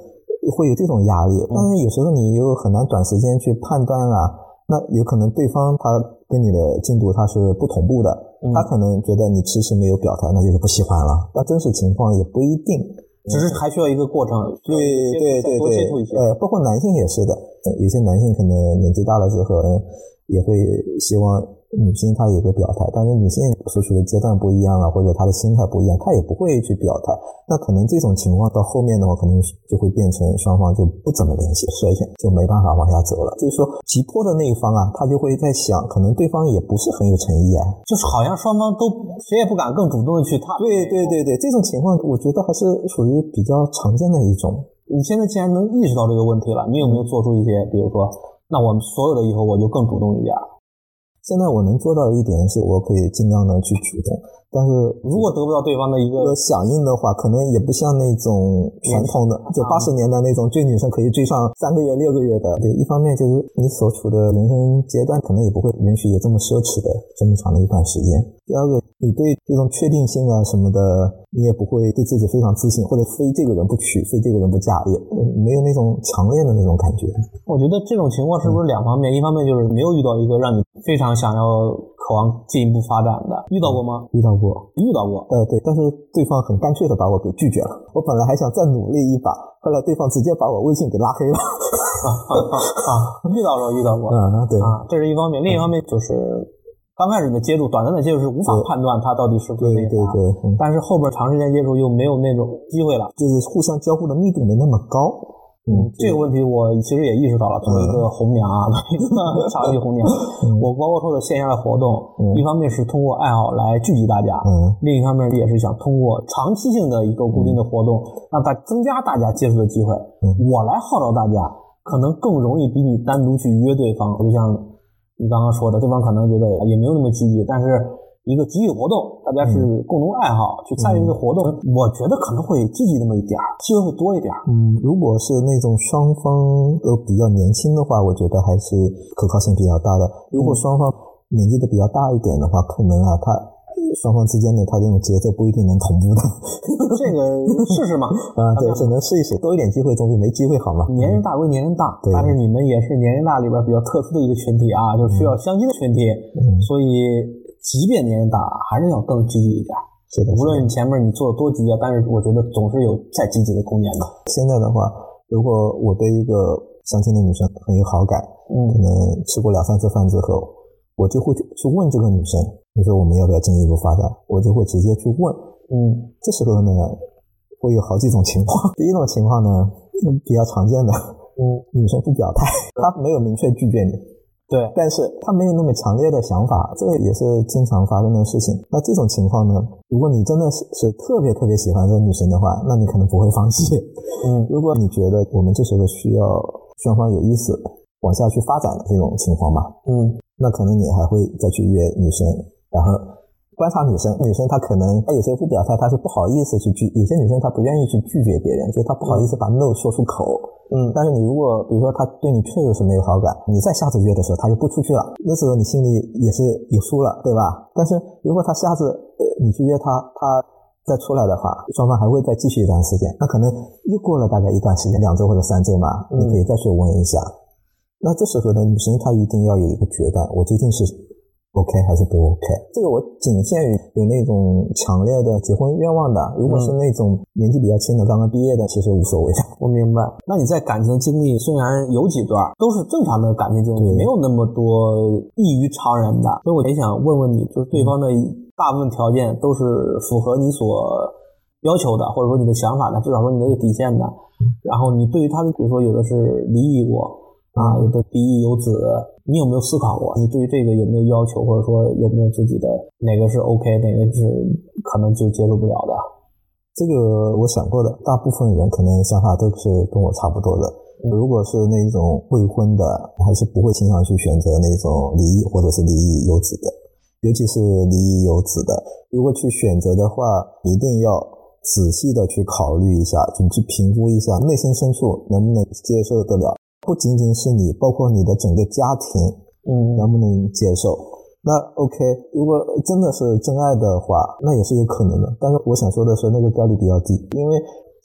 会有这种压力，但是有时候你又很难短时间去判断啊，那有可能对方他跟你的进度他是不同步的，他可能觉得你迟迟没有表态，那就是不喜欢了，但真实情况也不一定， 只是还需要一个过程， 对， 多接触一些。 包括男性也是的，有些男性可能年纪大了之后也会希望女性她有个表态，但是女性所处的阶段不一样啊，或者她的心态不一样，她也不会去表态。那可能这种情况到后面的话，可能就会变成双方就不怎么联系，所以就没办法往下走了。就是说急迫的那一方啊，他就会在想，可能对方也不是很有诚意啊， 就是好像双方都谁也不敢更主动的去踏。 对，这种情况我觉得还是属于比较常见的一种。 你现在既然能意识到这个问题了，你有没有做出一些，比如说，那我们所有的以后我就更主动一点？ 现在我能做到一点是我可以尽量的去主动，但是如果得不到对方的一个响应的话，可能也不像那种传统的就80年代那种追女生可以追上3个月6个月的。对，一方面就是你所处的人生阶段可能也不会允许有这么奢侈的这么长的一段时间。第二个，你对这种确定性啊什么的，你也不会对自己非常自信，或者非这个人不娶，非这个人不嫁，也没有那种强烈的那种感觉。 我觉得这种情况是不是两方面？一方面就是没有遇到一个让你非常想要渴望进一步发展的，遇到过吗？ 遇到过。对，但是对方很干脆的把我给拒绝了。我本来还想再努力一把，后来对方直接把我微信给拉黑了。 遇到过。 对这是一方面，另一方面就是刚开始的接触，短暂的接触是无法判断他到底是不是那个， 对， 但是后边长时间接触又没有那种机会了， 就是互相交互的密度没那么高。 这个问题我其实也意识到了。作为一个红娘啊，一个长期红娘，我包括说的线下的活动，一方面是通过爱好来聚集大家，另一方面也是想通过长期性的一个固定的活动，让增加大家接触的机会。我来号召大家，可能更容易比你单独去约对方。就像你刚刚说的，对方可能觉得也没有那么积极，但是一个集体活动，大家是共同爱好，去参与这个活动，我觉得可能会积极那么一点，机会会多一点。 如果是那种双方都比较年轻的话，我觉得还是可靠性比较大的。如果双方年纪都比较大一点的话，可能啊，双方之间的他这种节奏不一定能同步的。 这个试试嘛。 对，只能试一试，多一点机会总比没机会好嘛。 年龄大归年龄大，但是你们也是年龄大里边比较特殊的一个群体啊，就是需要相亲的群体，所以即便年龄大，还是要更积极一点。 是的， 无论你前面你做的多积极，但是我觉得总是有再积极的空间的。 现在的话，如果我对一个相亲的女生很有好感，可能吃过2-3次饭之后，我就会去问这个女生，你说我们要不要进一步发展？我就会直接去问。这时候呢，会有好几种情况。第一种情况呢，比较常见的，女生不表态，她没有明确拒绝你。 对， 但是他没有那么强烈的想法，这也是经常发生的事情。那这种情况呢，如果你真的是特别特别喜欢这个女生的话，那你可能不会放弃。如果你觉得我们这时候需要双方有意思往下去发展的这种情况嘛，那可能你还会再去约女生，然后观察女生她可能她有时候不表态，她是不好意思去有些女生她不愿意去拒绝别人，就是她不好意思把 no 说出口。但是你如果比如说她对你确实是没有好感，你再下次约的时候她就不出去了，那时候你心里也是有数了，对吧？但是如果她下次你去约她再出来的话，双方还会再继续一段时间，那可能又过了大概一段时间，2周或者3周嘛，你可以再去问一下。那这时候呢，女生她一定要有一个决断，我究竟是 OK 还是不 OK。 这个我仅限于有那种强烈的结婚愿望的，如果是那种年纪比较轻的刚刚毕业的，其实无所谓的。 我明白。那你在感情的经历虽然有几段都是正常的感情经历，没有那么多异于常人的，所以我也想问问你，就是对方的大部分条件都是符合你所要求的，或者说你的想法的，至少说你的底线的。然后你对于他的，比如说有的是离异过有的离异有子，你有没有思考过你对于这个有没有要求，或者说有没有自己的哪个是 OK， 哪个是可能就接受不了的？ 这个我想过的，大部分人可能想法都是跟我差不多的。如果是那种未婚的，还是不会倾向去选择那种离异或者是离异有子的，尤其是离异有子的，如果去选择的话，一定要仔细的去考虑一下，去评估一下内心深处能不能接受得了，不仅仅是你，包括你的整个家庭能不能接受。那 OK， 如果真的是真爱的话，那也是有可能的，但是我想说的是那个概率比较低，因为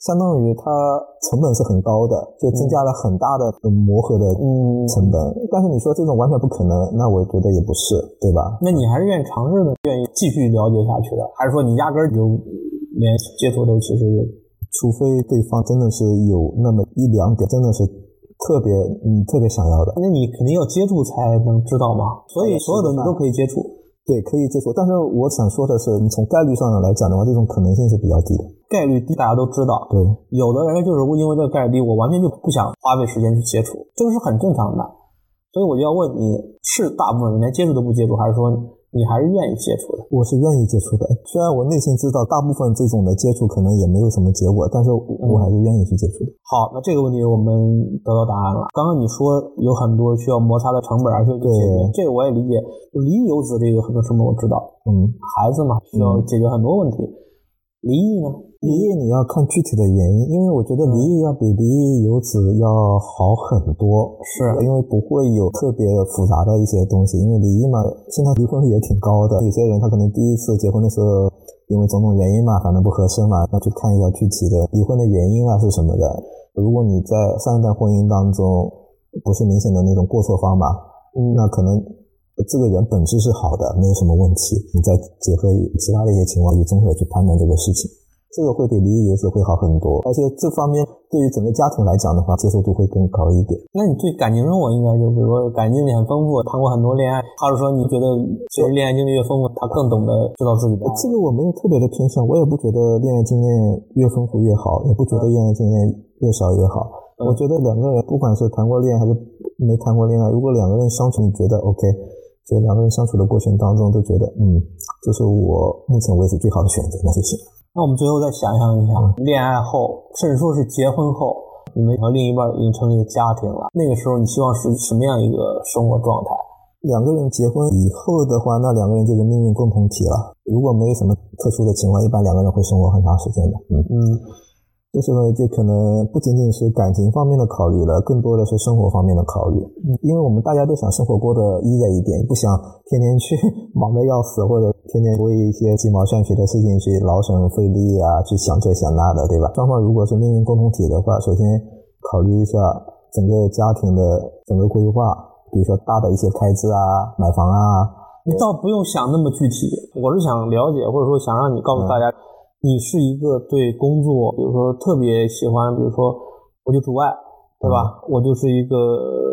相当于它成本是很高的，就增加了很大的磨合的成本。但是你说这种完全不可能，那我觉得也不是，对吧？ 那你还是愿意尝试的，愿意继续了解下去的，还是说你压根儿就连接触都其实除非对方真的是有那么一两点真的是特别想要的， 那你肯定要接触才能知道嘛。所以所有的你都可以接触。 对，可以接触，但是我想说的是，从概率上来讲的话，这种可能性是比较低的。 概率低，大家都知道。 对， 有的人就是因为这个概率低，我完全就不想花费时间去接触，这个是很正常的。所以我就要问你，是大部分人连接触都不接触，还是说你还是愿意接触的？ 我是愿意接触的，虽然我内心知道大部分这种的接触可能也没有什么结果，但是我还是愿意去接触的。 好，那这个问题我们得到答案了。刚刚你说有很多需要摩擦的成本，而且解决，这个我也理解。离异游子这个很多成本我知道，孩子嘛需要解决很多问题。离异呢？ 离异你要看具体的原因，因为我觉得离异要比离异游子要好很多， 是因为不会有特别复杂的一些东西。因为离异嘛，现在离婚率也挺高的，有些人他可能第一次结婚的时候，因为种种原因嘛，反正不合适嘛，那去看一下具体的离婚的原因啊是什么的。如果你在上一段婚姻当中不是明显的那种过错方嘛，那可能这个人本质是好的，没有什么问题，你再结合其他的一些情况去综合去判断这个事情，这个会比离异游子会好很多，而且这方面对于整个家庭来讲的话，接受度会更高一点。 那你对感情生活应该就比如说感情经历很丰富，谈过很多恋爱，还是说你觉得其实恋爱经历越丰富，他更懂得知道自己的爱？ 这个我没有特别的偏向，我也不觉得恋爱经验越丰富越好，也不觉得恋爱经验越少越好。我觉得两个人不管是谈过恋爱还是没谈过恋爱，如果两个人相处你觉得 OK， 就两个人相处的过程当中都觉得这是我目前为止最好的选择，那就行。 那我们最后再想象一下，恋爱后甚至说是结婚后，你们和另一半已经成立家庭了，那个时候你希望是什么样一个生活状态？ 两个人结婚以后的话，那两个人就是命运共同体了。如果没有什么特殊的情况，一般两个人会生活很长时间的。这时候就可能不仅仅是感情方面的考虑了，更多的是生活方面的考虑。因为我们大家都想生活过得依赖一点，不想天天去忙得要死，或者天天为一些鸡毛蒜皮的事情去劳神费力啊，去想这想那的，对吧？双方如果是命运共同体的话，首先考虑一下整个家庭的整个规划，比如说大的一些开支啊，买房啊。 你倒不用想那么具体，我是想了解，或者说想让你告诉大家，你是一个对工作比如说特别喜欢，比如说我就主爱，对吧？我就是一个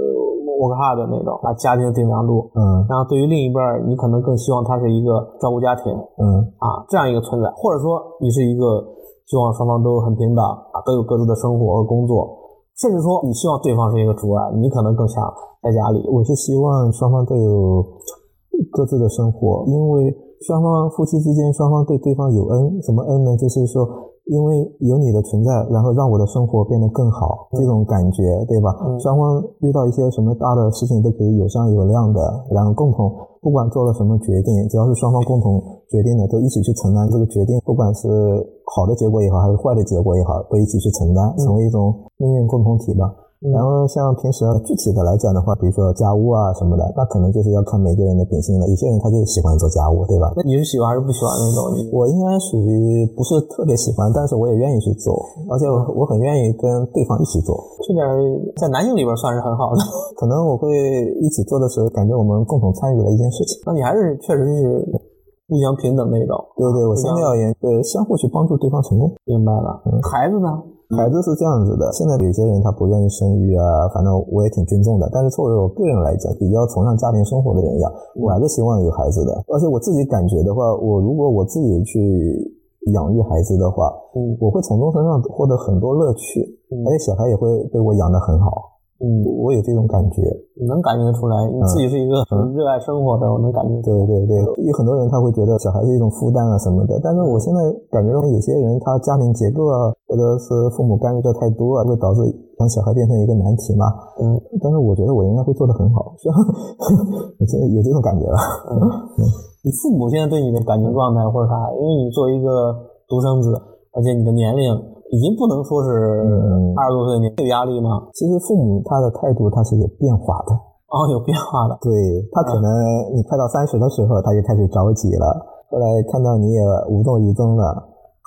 work hard 的那种，把家庭顶梁柱。然后对于另一半你可能更希望他是一个照顾家庭这样一个存在，或者说你是一个希望双方都很平等都有各自的生活和工作，甚至说你希望对方是一个主爱，你可能更想在家里。 我是希望双方都有各自的生活，因为双方夫妻之间，双方对对方有恩。什么恩呢？就是说因为有你的存在，然后让我的生活变得更好，这种感觉，对吧？双方遇到一些什么大的事情都可以有商有量的，然后共同不管做了什么决定，只要是双方共同决定的，都一起去承担这个决定，不管是好的结果也好，还是坏的结果也好，都一起去承担，成为一种命运共同体吧。然后像平时具体的来讲的话，比如说家务啊什么的，那可能就是要看每个人的秉性了。有些人他就喜欢做家务，对吧？ 那你是喜欢还是不喜欢那种？ 我应该属于不是特别喜欢，但是我也愿意去做，而且我很愿意跟对方一起做。 这点在男性里边算是很好的。 可能我会一起做的时候，感觉我们共同参与了一件事情。 那你还是确实是互相平等那种。 对，我相对而言，相互去帮助对方成功。 明白了。孩子呢？ 孩子是这样子的，现在有些人他不愿意生育啊，反正我也挺尊重的，但是作为我个人来讲，比较崇尚家庭生活的人呀，我还是希望有孩子的。而且我自己感觉的话，如果我自己去养育孩子的话，我会从中身上获得很多乐趣，而且小孩也会被我养得很好。我有这种感觉， 能感觉得出来，你自己是一个很热爱生活的，我能感觉。 对，有很多人他会觉得小孩是一种负担啊什么的，但是我现在感觉到有些人他家庭结构啊，或者是父母干预的太多啊，会导致让小孩变成一个难题嘛。但是我觉得我应该会做得很好，我现在有这种感觉了。 你父母现在对你的感情状态或者啥？因为你作为一个独生子，而且你的年龄已经不能说是20多岁，你有压力吗？ 其实父母他的态度他是有变化的。 有变化的。 对，他可能你快到30的时候他就开始着急了，后来看到你也无动于衷了，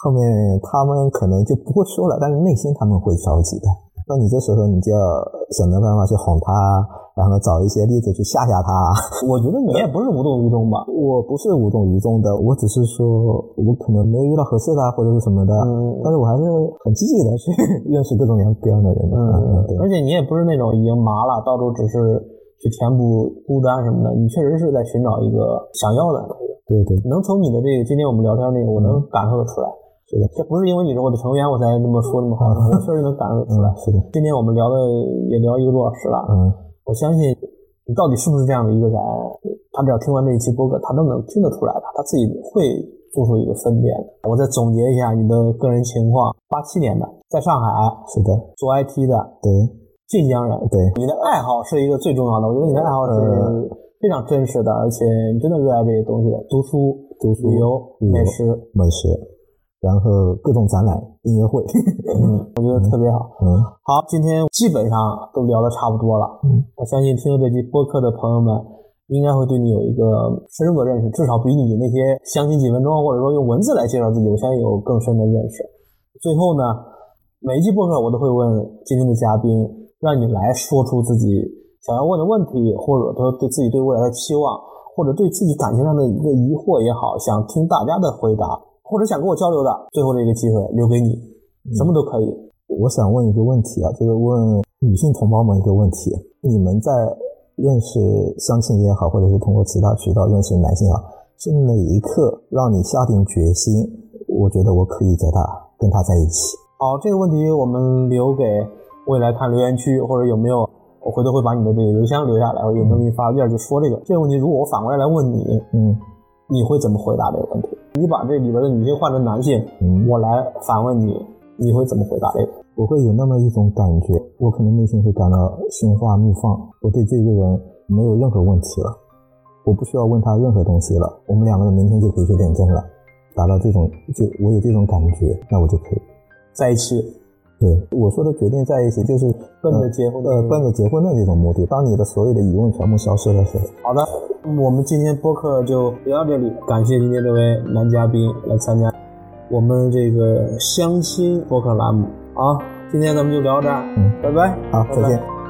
后面他们可能就不会说了，但是内心他们会着急的。那你这时候你就要想着办法去哄他，然后找一些例子去吓吓他。 我觉得你也不是无动于衷吧？ 我不是无动于衷的，我只是说我可能没有遇到合适的或者是什么的，但是我还是很积极的去认识各种各样的人的。对。 而且你也不是那种已经麻了，到处只是去填补孤单什么的，你确实是在寻找一个想要的那个。 对对， 能从你的这个今天我们聊天那个，我能感受得出来。 是的， 这不是因为你是我的成员我才这么说那么好，我确实能感受得出来。 是的， 今天我们聊的也聊1个多小时了，我相信你到底是不是这样的一个人，他只要听完这一期播客，他都能听得出来的，他自己会做出一个分辨的。我再总结一下你的个人情况：87年的，在上海， 是的， 做 IT 的， 对， 晋江人， 对， 你的爱好是一个最重要的，我觉得你的爱好是非常真实的，而且你真的热爱这些东西的，读书、旅游、美食。 然后各种展览、音乐会， 我觉得特别好。好，今天基本上都聊得差不多了。我相信听了这期播客的朋友们，应该会对你有一个深入的认识，至少比你那些相亲几分钟，或者说用文字来介绍自己，我相信有更深的认识。最后呢，每一期播客我都会问今天的嘉宾，让你来说出自己想要问的问题，或者说对自己对未来的期望，或者对自己感情上的一个疑惑也好，想听大家的回答。或者想跟我交流的，最后这个机会留给你，什么都可以。 我想问一个问题啊，就是问女性同胞们一个问题：你们在认识相亲也好，或者是通过其他渠道认识男性也好，是哪一刻让你下定决心，我觉得我可以跟他在一起？ 好，这个问题我们留给未来看留言区，或者有没有，我回头会把你的这个邮箱留下来，有没有给你发个页就说这个问题。如果我反过来问你，你会怎么回答这个问题？你把这里边的女性换成男性，我来反问你，你会怎么回答这个？ 我会有那么一种感觉，我可能内心会感到心花怒放，我对这个人没有任何问题了，我不需要问他任何东西了，我们两个人明天就可以去领证了，达到这种，就我有这种感觉，那我就可以在一起。 对，我说的决定在一起就是奔着结婚奔着结婚的这种目的。当你的所有的疑问全部消失的时候。 好的，我们今天播客就聊到这里，感谢今天这位男嘉宾来参加我们这个相亲播客栏目。好，今天咱们就聊到这儿，拜拜。 好，再见。